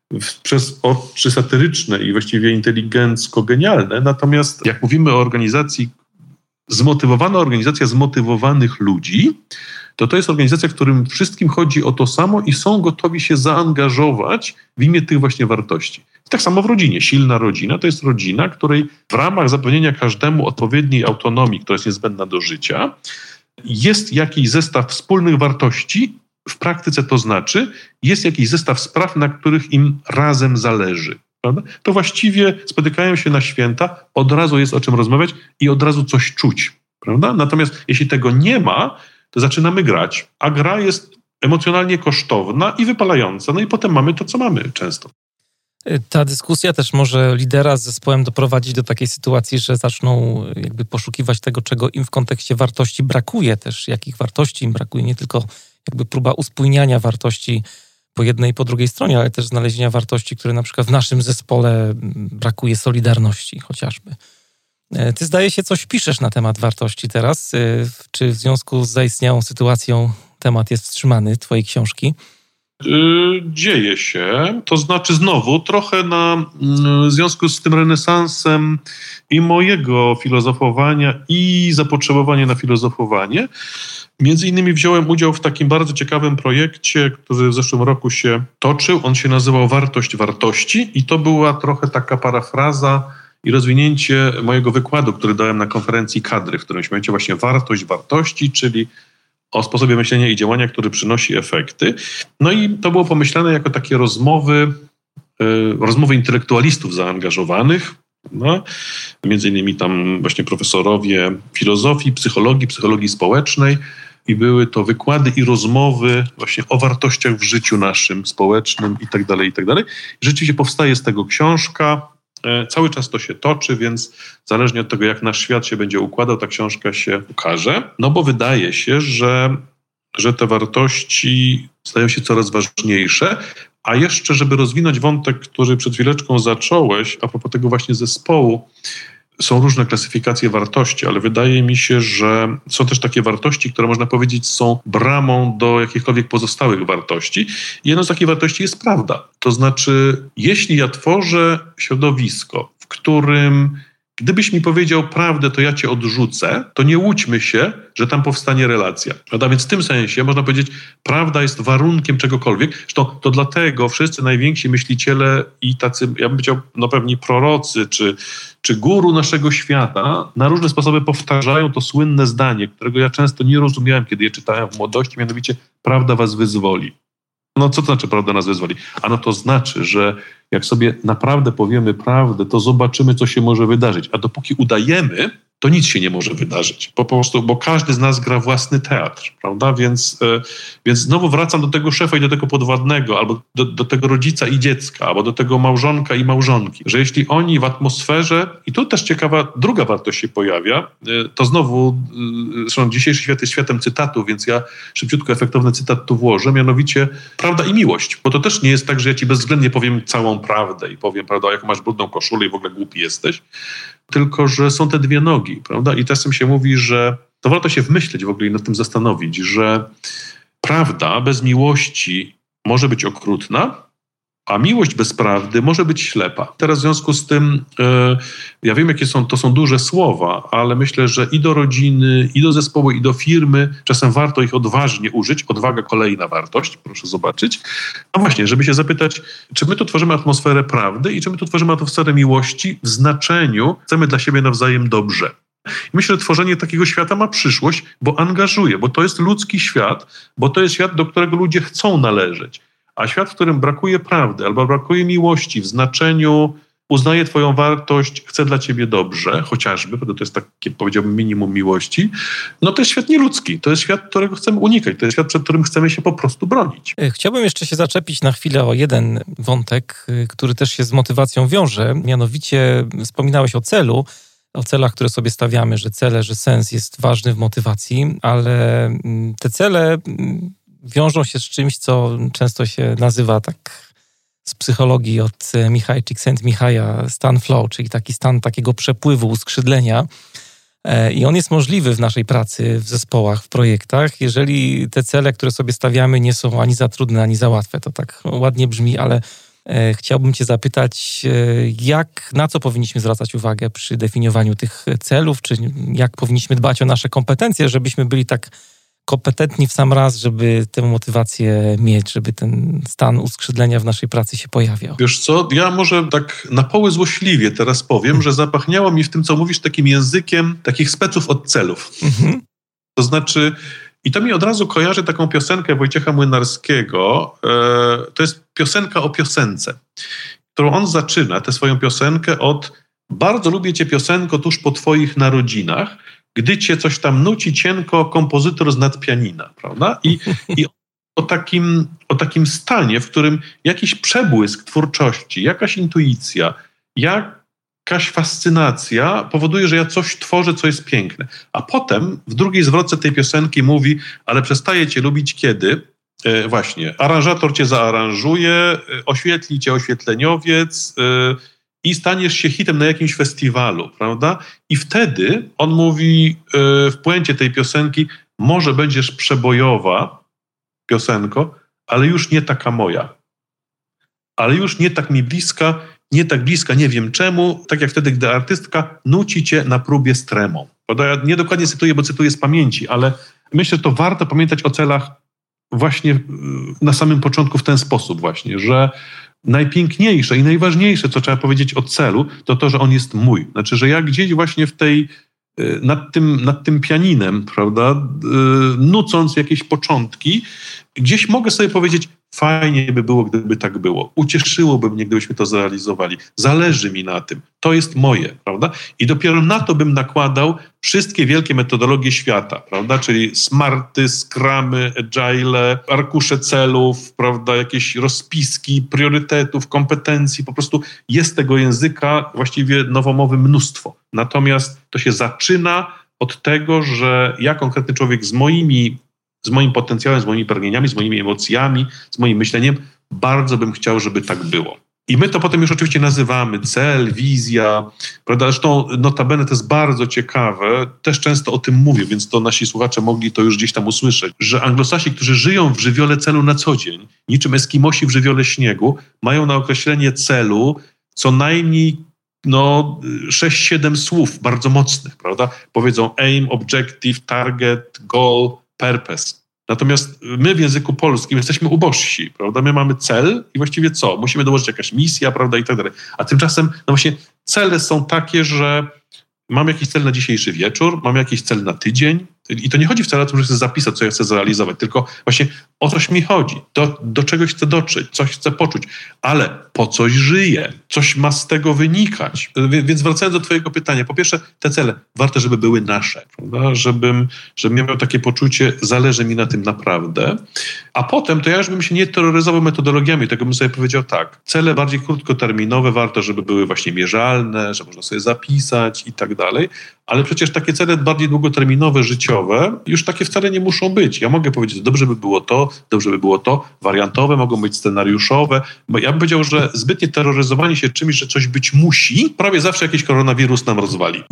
w, przez oczy satyryczne i właściwie inteligencko-genialne. Natomiast jak mówimy o organizacji, zmotywowana organizacja zmotywowanych ludzi, to to jest organizacja, w którym wszystkim chodzi o to samo i są gotowi się zaangażować w imię tych właśnie wartości. Tak samo w rodzinie. Silna rodzina to jest rodzina, której w ramach zapewnienia każdemu odpowiedniej autonomii, która jest niezbędna do życia, jest jakiś zestaw wspólnych wartości. W praktyce to znaczy, jest jakiś zestaw spraw, na których im razem zależy. Prawda? To właściwie spotykają się na święta, od razu jest o czym rozmawiać i od razu coś czuć. Prawda? Natomiast jeśli tego nie ma, to zaczynamy grać, a gra jest emocjonalnie kosztowna i wypalająca. No i potem mamy to, co mamy często. Ta dyskusja też może lidera z zespołem doprowadzić do takiej sytuacji, że zaczną jakby poszukiwać tego, czego im w kontekście wartości brakuje też, jakich wartości im brakuje, nie tylko jakby próba uspójniania wartości po jednej i po drugiej stronie, ale też znalezienia wartości, które na przykład w naszym zespole brakuje solidarności chociażby. Ty zdaje się coś piszesz na temat wartości teraz. Czy w związku z zaistniałą sytuacją temat jest wstrzymany twojej książki? Dzieje się, to znaczy znowu trochę na, w związku z tym renesansem i mojego filozofowania i zapotrzebowania na filozofowanie. Między innymi wziąłem udział w takim bardzo ciekawym projekcie, który w zeszłym roku się toczył. On się nazywał Wartość Wartości i to była trochę taka parafraza i rozwinięcie mojego wykładu, który dałem na konferencji kadry, w którym mianowicie właśnie wartość wartości, czyli o sposobie myślenia i działania, który przynosi efekty. No i to było pomyślane jako takie rozmowy, yy, rozmowy intelektualistów zaangażowanych, no, między innymi tam właśnie profesorowie filozofii, psychologii, psychologii społecznej i były to wykłady i rozmowy właśnie o wartościach w życiu naszym, społecznym i tak dalej, i tak dalej. Rzeczywiście powstaje z tego książka. Cały czas to się toczy, więc zależnie od tego, jak nasz świat się będzie układał, ta książka się ukaże. No bo wydaje się, że, że te wartości stają się coraz ważniejsze. A jeszcze, żeby rozwinąć wątek, który przed chwileczką zacząłeś, a propos tego właśnie zespołu, są różne klasyfikacje wartości, ale wydaje mi się, że są też takie wartości, które można powiedzieć są bramą do jakichkolwiek pozostałych wartości. I jedną z takich wartości jest prawda. To znaczy, jeśli ja tworzę środowisko, w którym gdybyś mi powiedział prawdę, to ja cię odrzucę, to nie łudźmy się, że tam powstanie relacja. A więc w tym sensie można powiedzieć, prawda jest warunkiem czegokolwiek. Zresztą to dlatego wszyscy najwięksi myśliciele i tacy, ja bym powiedział, no pewni prorocy czy, czy guru naszego świata na różne sposoby powtarzają to słynne zdanie, którego ja często nie rozumiałem, kiedy je czytałem w młodości, mianowicie prawda was wyzwoli. No co to znaczy prawda nas wyzwoli? Ano to znaczy, że jak sobie naprawdę powiemy prawdę, to zobaczymy, co się może wydarzyć. A dopóki udajemy, to nic się nie może wydarzyć. Po prostu, bo każdy z nas gra własny teatr, prawda? Więc, yy, więc znowu wracam do tego szefa i do tego podwładnego, albo do, do tego rodzica i dziecka, albo do tego małżonka i małżonki, że jeśli oni w atmosferze, i tu też ciekawa druga wartość się pojawia, yy, to znowu, yy, zresztą dzisiejszy świat jest światem cytatów, więc ja szybciutko efektowny cytat tu włożę, mianowicie prawda i miłość. Bo to też nie jest tak, że ja ci bezwzględnie powiem całą prawdę i powiem, prawda, jaką masz brudną koszulę i w ogóle głupi jesteś, tylko że są te dwie nogi, prawda? I czasem się mówi, że to warto się wmyśleć w ogóle i nad tym zastanowić, że prawda bez miłości może być okrutna, a miłość bez prawdy może być ślepa. Teraz w związku z tym, yy, ja wiem, jakie są, to są duże słowa, ale myślę, że i do rodziny, i do zespołu, i do firmy czasem warto ich odważnie użyć. Odwaga, kolejna wartość, proszę zobaczyć. No właśnie, żeby się zapytać, czy my tu tworzymy atmosferę prawdy i czy my tu tworzymy atmosferę miłości w znaczeniu chcemy dla siebie nawzajem dobrze. I myślę, że tworzenie takiego świata ma przyszłość, bo angażuje, bo to jest ludzki świat, bo to jest świat, do którego ludzie chcą należeć. A świat, w którym brakuje prawdy albo brakuje miłości w znaczeniu uznaję twoją wartość, chcę dla ciebie dobrze, chociażby, bo to jest takie, powiedziałbym, minimum miłości, no to jest świat nieludzki. To jest świat, którego chcemy unikać. To jest świat, przed którym chcemy się po prostu bronić. Chciałbym jeszcze się zaczepić na chwilę o jeden wątek, który też się z motywacją wiąże. Mianowicie wspominałeś o celu, o celach, które sobie stawiamy, że cele, że sens jest ważny w motywacji, ale te cele wiążą się z czymś, co często się nazywa tak z psychologii od Michaj Csikszentmihalya stan flow, czyli taki stan takiego przepływu, uskrzydlenia. I on jest możliwy w naszej pracy, w zespołach, w projektach, jeżeli te cele, które sobie stawiamy, nie są ani za trudne, ani za łatwe. To tak ładnie brzmi, ale Chciałbym cię zapytać, jak, na co powinniśmy zwracać uwagę przy definiowaniu tych celów, czy jak powinniśmy dbać o nasze kompetencje, żebyśmy byli tak kompetentni w sam raz, żeby tę motywację mieć, żeby ten stan uskrzydlenia w naszej pracy się pojawiał. Wiesz co, ja może tak na poły złośliwie teraz powiem, że zapachniało mi w tym, co mówisz, takim językiem takich speców od celów. Mhm. To znaczy, i to mi od razu kojarzy taką piosenkę Wojciecha Młynarskiego. E, to jest piosenka o piosence, którą on zaczyna, tę swoją piosenkę od bardzo lubię cię piosenko tuż po twoich narodzinach, gdy cię coś tam nuci cienko kompozytor z nad pianina, prawda? I, i o, takim, o takim stanie, w którym jakiś przebłysk twórczości, jakaś intuicja, jakaś fascynacja powoduje, że ja coś tworzę, co jest piękne. A potem w drugiej zwrotce tej piosenki mówi, ale przestaję cię lubić kiedy? E, właśnie, aranżator cię zaaranżuje, e, oświetli cię oświetleniowiec, e, i staniesz się hitem na jakimś festiwalu, prawda? I wtedy on mówi yy, w puencie tej piosenki, może będziesz przebojowa piosenko, ale już nie taka moja. Ale już nie tak mi bliska, nie tak bliska, nie wiem czemu, tak jak wtedy, gdy artystka nuci cię na próbie z tremą. Prawda? Ja nie dokładnie cytuję, bo cytuję z pamięci, ale myślę, że to warto pamiętać o celach właśnie yy, na samym początku w ten sposób właśnie, że najpiękniejsze i najważniejsze, co trzeba powiedzieć o celu, to to, że on jest mój. Znaczy, że ja gdzieś właśnie w tej, nad tym, nad tym pianinem, prawda, nucąc jakieś początki, gdzieś mogę sobie powiedzieć, fajnie by było, gdyby tak było. Ucieszyłoby mnie, gdybyśmy to zrealizowali. Zależy mi na tym. To jest moje, prawda? I dopiero na to bym nakładał wszystkie wielkie metodologie świata, prawda? Czyli smarty, scrumy, agile, arkusze celów, prawda? Jakieś rozpiski priorytetów, kompetencji. Po prostu jest tego języka właściwie nowomowy mnóstwo. Natomiast to się zaczyna od tego, że ja, konkretny człowiek z moimi z moim potencjałem, z moimi pragnieniami, z moimi emocjami, z moim myśleniem, bardzo bym chciał, żeby tak było. I my to potem już oczywiście nazywamy cel, wizja, prawda? Zresztą notabene to jest bardzo ciekawe, też często o tym mówię, więc to nasi słuchacze mogli to już gdzieś tam usłyszeć, że Anglosasi, którzy żyją w żywiole celu na co dzień, niczym Eskimosi w żywiole śniegu, mają na określenie celu co najmniej no, sześć siedem słów bardzo mocnych, prawda? Powiedzą aim, objective, target, goal, purpose. Natomiast my w języku polskim jesteśmy ubożsi, prawda? My mamy cel i właściwie co? Musimy dołożyć jakaś misja, prawda? I tak dalej. A tymczasem, no właśnie, cele są takie, że mam jakiś cel na dzisiejszy wieczór, mam jakiś cel na tydzień i to nie chodzi wcale o to, że chcę zapisać, co ja chcę zrealizować, tylko właśnie o coś mi chodzi, do, do czegoś chcę dotrzeć, coś chcę poczuć, ale po coś żyję, coś ma z tego wynikać. Więc wracając do twojego pytania, po pierwsze te cele, warto, żeby były nasze, prawda? Żebym, żebym miał takie poczucie, zależy mi na tym naprawdę, a potem to ja już bym się nie terroryzował metodologiami, tego bym sobie powiedział tak, cele bardziej krótkoterminowe, warto, żeby były właśnie mierzalne, że można sobie zapisać i tak dalej, ale przecież takie cele bardziej długoterminowe, życiowe, już takie wcale nie muszą być. Ja mogę powiedzieć, dobrze by było to, dobrze by było to, wariantowe, mogą być scenariuszowe, bo ja bym powiedział, że zbytnie terroryzowanie się czymś, że coś być musi, prawie zawsze jakiś koronawirus nam rozwali.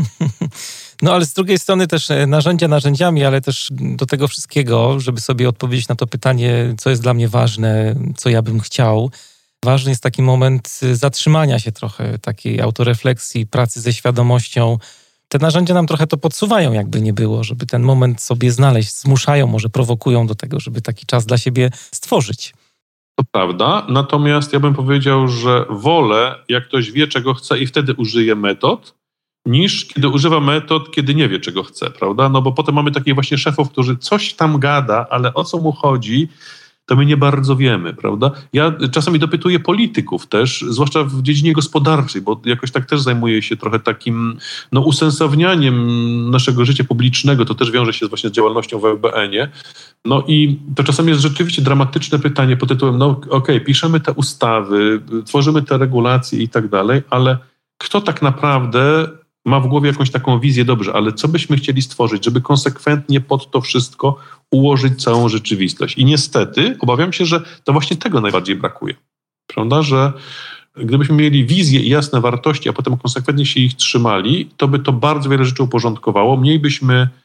No ale z drugiej strony też narzędzia narzędziami, ale też do tego wszystkiego, żeby sobie odpowiedzieć na to pytanie, co jest dla mnie ważne, co ja bym chciał. Ważny jest taki moment zatrzymania się trochę, takiej autorefleksji, pracy ze świadomością. Te narzędzia nam trochę to podsuwają, jakby nie było, żeby ten moment sobie znaleźć, zmuszają, może prowokują do tego, żeby taki czas dla siebie stworzyć. To prawda, natomiast ja bym powiedział, że wolę, jak ktoś wie, czego chce i wtedy użyje metod, niż kiedy używa metod, kiedy nie wie, czego chce, prawda? No bo potem mamy takich właśnie szefów, którzy coś tam gada, ale o co mu chodzi, to my nie bardzo wiemy, prawda? Ja czasami dopytuję polityków też, zwłaszcza w dziedzinie gospodarczej, bo jakoś tak też zajmuję się trochę takim no, usensownianiem naszego życia publicznego, to też wiąże się właśnie z działalnością w F B N-ie. No i to czasami jest rzeczywiście dramatyczne pytanie pod tytułem, no okej, okay, piszemy te ustawy, tworzymy te regulacje i tak dalej, ale kto tak naprawdę ma w głowie jakąś taką wizję, dobrze, ale co byśmy chcieli stworzyć, żeby konsekwentnie pod to wszystko ułożyć całą rzeczywistość. I niestety obawiam się, że to właśnie tego najbardziej brakuje. Prawda, że gdybyśmy mieli wizję i jasne wartości, a potem konsekwentnie się ich trzymali, to by to bardzo wiele rzeczy uporządkowało. Mniej byśmy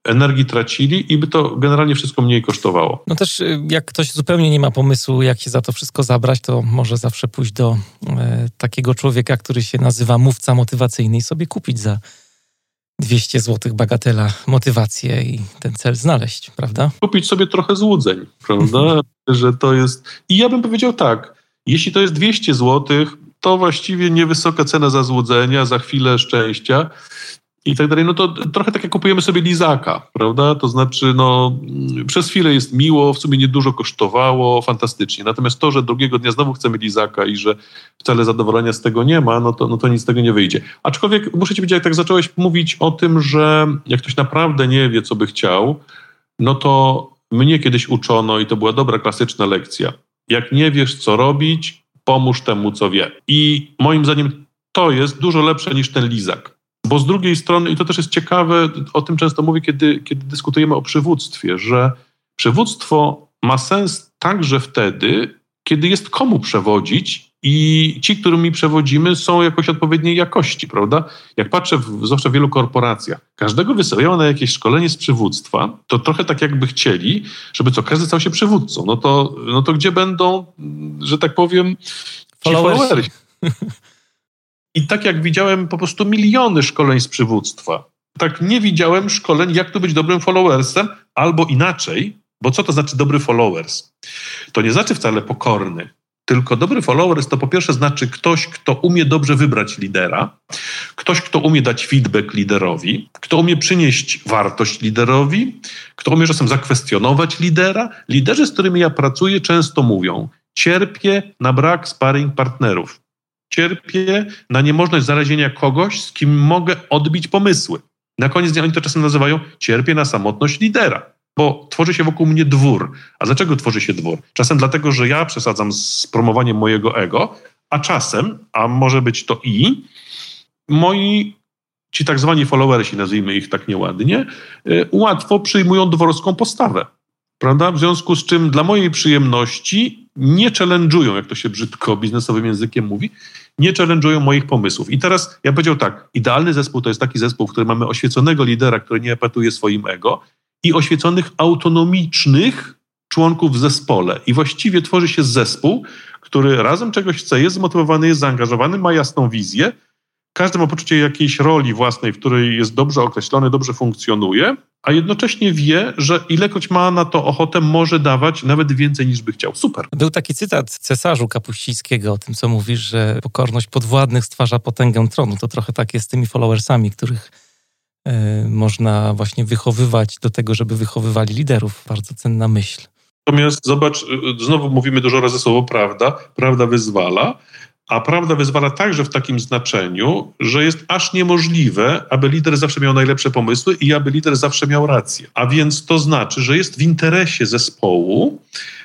energii tracili i by to generalnie wszystko mniej kosztowało. No też jak ktoś zupełnie nie ma pomysłu, jak się za to wszystko zabrać, to może zawsze pójść do e, takiego człowieka, który się nazywa mówca motywacyjny i sobie kupić za dwieście złotych bagatela motywację i ten cel znaleźć, prawda? Kupić sobie trochę złudzeń, prawda? Że to jest... I ja bym powiedział tak, jeśli to jest dwieście złotych, to właściwie niewysoka cena za złudzenia, za chwilę szczęścia i tak dalej. No to trochę tak jak kupujemy sobie lizaka, prawda? To znaczy, no przez chwilę jest miło, w sumie niedużo kosztowało, fantastycznie. Natomiast to, że drugiego dnia znowu chcemy lizaka i że wcale zadowolenia z tego nie ma, no to, no to nic z tego nie wyjdzie. Aczkolwiek muszę ci powiedzieć, jak tak zacząłeś mówić o tym, że jak ktoś naprawdę nie wie, co by chciał, no to mnie kiedyś uczono i to była dobra, klasyczna lekcja. Jak nie wiesz, co robić, pomóż temu, co wie. I moim zdaniem to jest dużo lepsze niż ten lizak. Bo z drugiej strony, i to też jest ciekawe, o tym często mówię, kiedy, kiedy dyskutujemy o przywództwie, że przywództwo ma sens także wtedy, kiedy jest komu przewodzić i ci, którymi przewodzimy, są jakoś odpowiedniej jakości, prawda? Jak patrzę, w, zwłaszcza w wielu korporacjach, każdego wysyłają na jakieś szkolenie z przywództwa, to trochę tak jakby chcieli, żeby co, każdy stał się przywódcą. No to, no to gdzie będą, że tak powiem, ci followersi? I tak jak widziałem po prostu miliony szkoleń z przywództwa, tak nie widziałem szkoleń, jak tu być dobrym followersem, albo inaczej, bo co to znaczy dobry followers? To nie znaczy wcale pokorny, tylko dobry followers to po pierwsze znaczy ktoś, kto umie dobrze wybrać lidera, ktoś, kto umie dać feedback liderowi, kto umie przynieść wartość liderowi, kto umie czasem zakwestionować lidera. Liderzy, z którymi ja pracuję, często mówią: cierpię na brak sparring partnerów. Cierpię na niemożność znalezienia kogoś, z kim mogę odbić pomysły. Na koniec dnia oni to czasem nazywają: cierpię na samotność lidera, bo tworzy się wokół mnie dwór. A dlaczego tworzy się dwór? Czasem dlatego, że ja przesadzam z promowaniem mojego ego, a czasem, a może być to i, moi ci tak zwani followersi, nazwijmy ich tak nieładnie, yy, łatwo przyjmują dworską postawę. Prawda? W związku z czym dla mojej przyjemności nie challenge'ują, jak to się brzydko biznesowym językiem mówi, nie challenge'ują moich pomysłów. I teraz ja powiedział tak, idealny zespół to jest taki zespół, w którym mamy oświeconego lidera, który nie epatuje swoim ego, i oświeconych, autonomicznych członków w zespole. I właściwie tworzy się zespół, który razem czegoś chce, jest zmotywowany, jest zaangażowany, ma jasną wizję. Każdy ma poczucie jakiejś roli własnej, w której jest dobrze określony, dobrze funkcjonuje, a jednocześnie wie, że ilekroć ma na to ochotę, może dawać nawet więcej niż by chciał. Super. Był taki cytat cesarzu Kapuścińskiego o tym, co mówisz, że pokorność podwładnych stwarza potęgę tronu. To trochę tak jest z tymi followersami, których y, można właśnie wychowywać do tego, żeby wychowywali liderów. Bardzo cenna myśl. Natomiast zobacz, znowu mówimy dużo razy słowo prawda. Prawda wyzwala. A prawda wyzwala także w takim znaczeniu, że jest aż niemożliwe, aby lider zawsze miał najlepsze pomysły i aby lider zawsze miał rację. A więc to znaczy, że jest w interesie zespołu,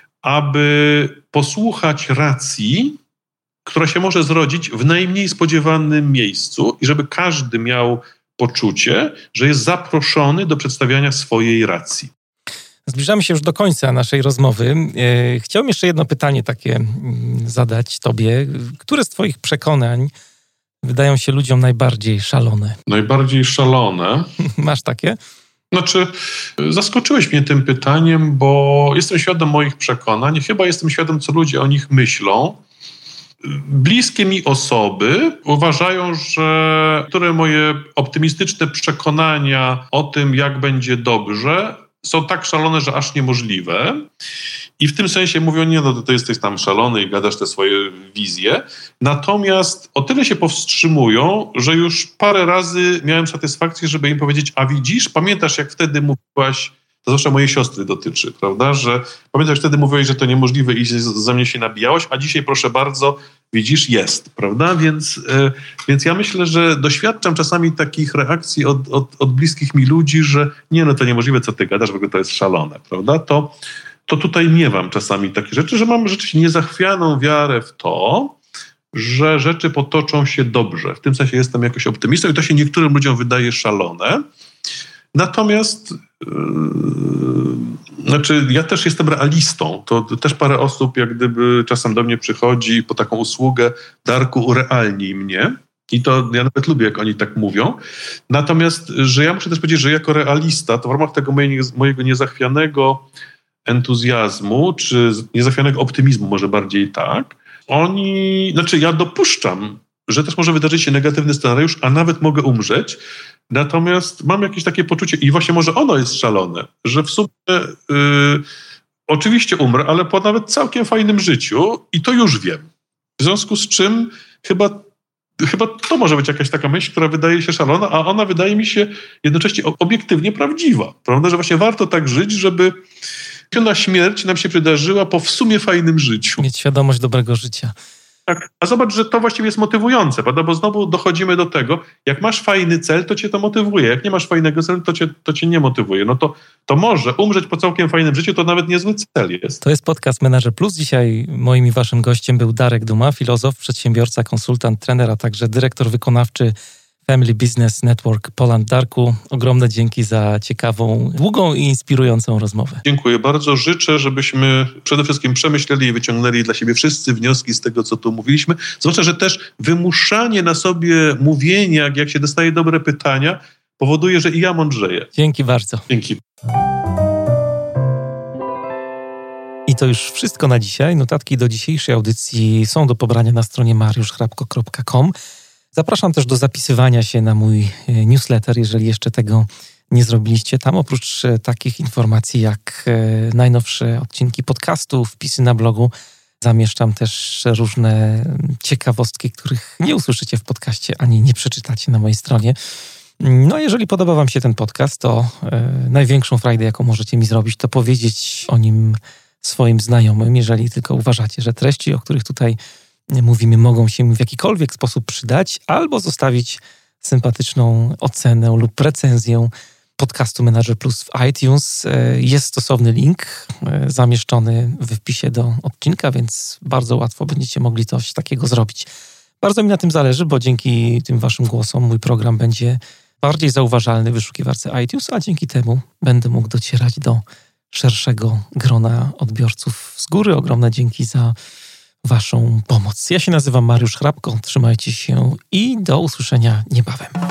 aby posłuchać racji, która się może zrodzić w najmniej spodziewanym miejscu i żeby każdy miał poczucie, że jest zaproszony do przedstawiania swojej racji. Zbliżamy się już do końca naszej rozmowy. Chciałbym jeszcze jedno pytanie takie zadać tobie. Które z twoich przekonań wydają się ludziom najbardziej szalone? Najbardziej szalone? Masz takie? Znaczy, zaskoczyłeś mnie tym pytaniem, bo jestem świadom moich przekonań. Chyba jestem świadom, co ludzie o nich myślą. Bliskie mi osoby uważają, że które moje optymistyczne przekonania o tym, jak będzie dobrze, są tak szalone, że aż niemożliwe. I w tym sensie mówią: nie, no to jesteś tam szalony i gadasz te swoje wizje. Natomiast o tyle się powstrzymują, że już parę razy miałem satysfakcję, żeby im powiedzieć: a widzisz, pamiętasz, jak wtedy mówiłaś, to zwłaszcza mojej siostry dotyczy, prawda, że pamiętasz, wtedy mówiłeś, że to niemożliwe i ze mnie się nabijałaś, a dzisiaj proszę bardzo, widzisz, jest, prawda, więc, yy, więc ja myślę, że doświadczam czasami takich reakcji od, od, od bliskich mi ludzi, że nie, no to niemożliwe, co ty gadasz, w ogóle to jest szalone, prawda, to, to tutaj miewam czasami takie rzeczy, że mam rzeczywiście niezachwianą wiarę w to, że rzeczy potoczą się dobrze. W tym sensie jestem jakoś optymistą i to się niektórym ludziom wydaje szalone. Natomiast yy, znaczy ja też jestem realistą. To, to też parę osób jak gdyby czasem do mnie przychodzi po taką usługę: Darku, urealnij mnie. I to ja nawet lubię, jak oni tak mówią. Natomiast, że ja muszę też powiedzieć, że jako realista, to w ramach tego mojego niezachwianego entuzjazmu, czy niezachwianego optymizmu, może bardziej tak, oni, znaczy ja dopuszczam, że też może wydarzyć się negatywny scenariusz, a nawet mogę umrzeć. Natomiast mam jakieś takie poczucie, i właśnie może ono jest szalone, że w sumie yy, oczywiście umrę, ale po nawet całkiem fajnym życiu i to już wiem. W związku z czym chyba, chyba to może być jakaś taka myśl, która wydaje się szalona, a ona wydaje mi się jednocześnie obiektywnie prawdziwa. Prawda, że właśnie warto tak żyć, żeby na śmierć nam się przydarzyła po w sumie fajnym życiu. Mieć świadomość dobrego życia. Tak, a zobacz, że to właściwie jest motywujące, prawda? Bo znowu dochodzimy do tego, jak masz fajny cel, to cię to motywuje, jak nie masz fajnego celu, to cię, to cię nie motywuje. No to, to może umrzeć po całkiem fajnym życiu, to nawet niezły cel jest. To jest podcast Menadżer Plus. Dzisiaj moim i waszym gościem był Darek Duma, filozof, przedsiębiorca, konsultant, trener, a także dyrektor wykonawczy Family Business Network Poland. Darku, ogromne dzięki za ciekawą, długą i inspirującą rozmowę. Dziękuję bardzo. Życzę, żebyśmy przede wszystkim przemyśleli i wyciągnęli dla siebie wszyscy wnioski z tego, co tu mówiliśmy. Zwłaszcza, że też wymuszanie na sobie mówienia, jak się dostaje dobre pytania, powoduje, że i ja mądrzeję. Dzięki bardzo. Dzięki. I to już wszystko na dzisiaj. Notatki do dzisiejszej audycji są do pobrania na stronie mariusz chrapko kropka com. Zapraszam też do zapisywania się na mój newsletter, jeżeli jeszcze tego nie zrobiliście. Tam oprócz takich informacji jak najnowsze odcinki podcastu, wpisy na blogu, zamieszczam też różne ciekawostki, których nie usłyszycie w podcaście ani nie przeczytacie na mojej stronie. No a jeżeli podoba wam się ten podcast, to największą frajdę, jaką możecie mi zrobić, to powiedzieć o nim swoim znajomym, jeżeli tylko uważacie, że treści, o których tutaj mówimy, mogą się w jakikolwiek sposób przydać, albo zostawić sympatyczną ocenę lub recenzję podcastu Menadżer Plus w iTunes. Jest stosowny link zamieszczony w wpisie do odcinka, więc bardzo łatwo będziecie mogli coś takiego zrobić. Bardzo mi na tym zależy, bo dzięki tym waszym głosom mój program będzie bardziej zauważalny w wyszukiwarce iTunes, a dzięki temu będę mógł docierać do szerszego grona odbiorców. Z góry ogromne dzięki za waszą pomoc. Ja się nazywam Mariusz Chrapko, trzymajcie się i do usłyszenia niebawem.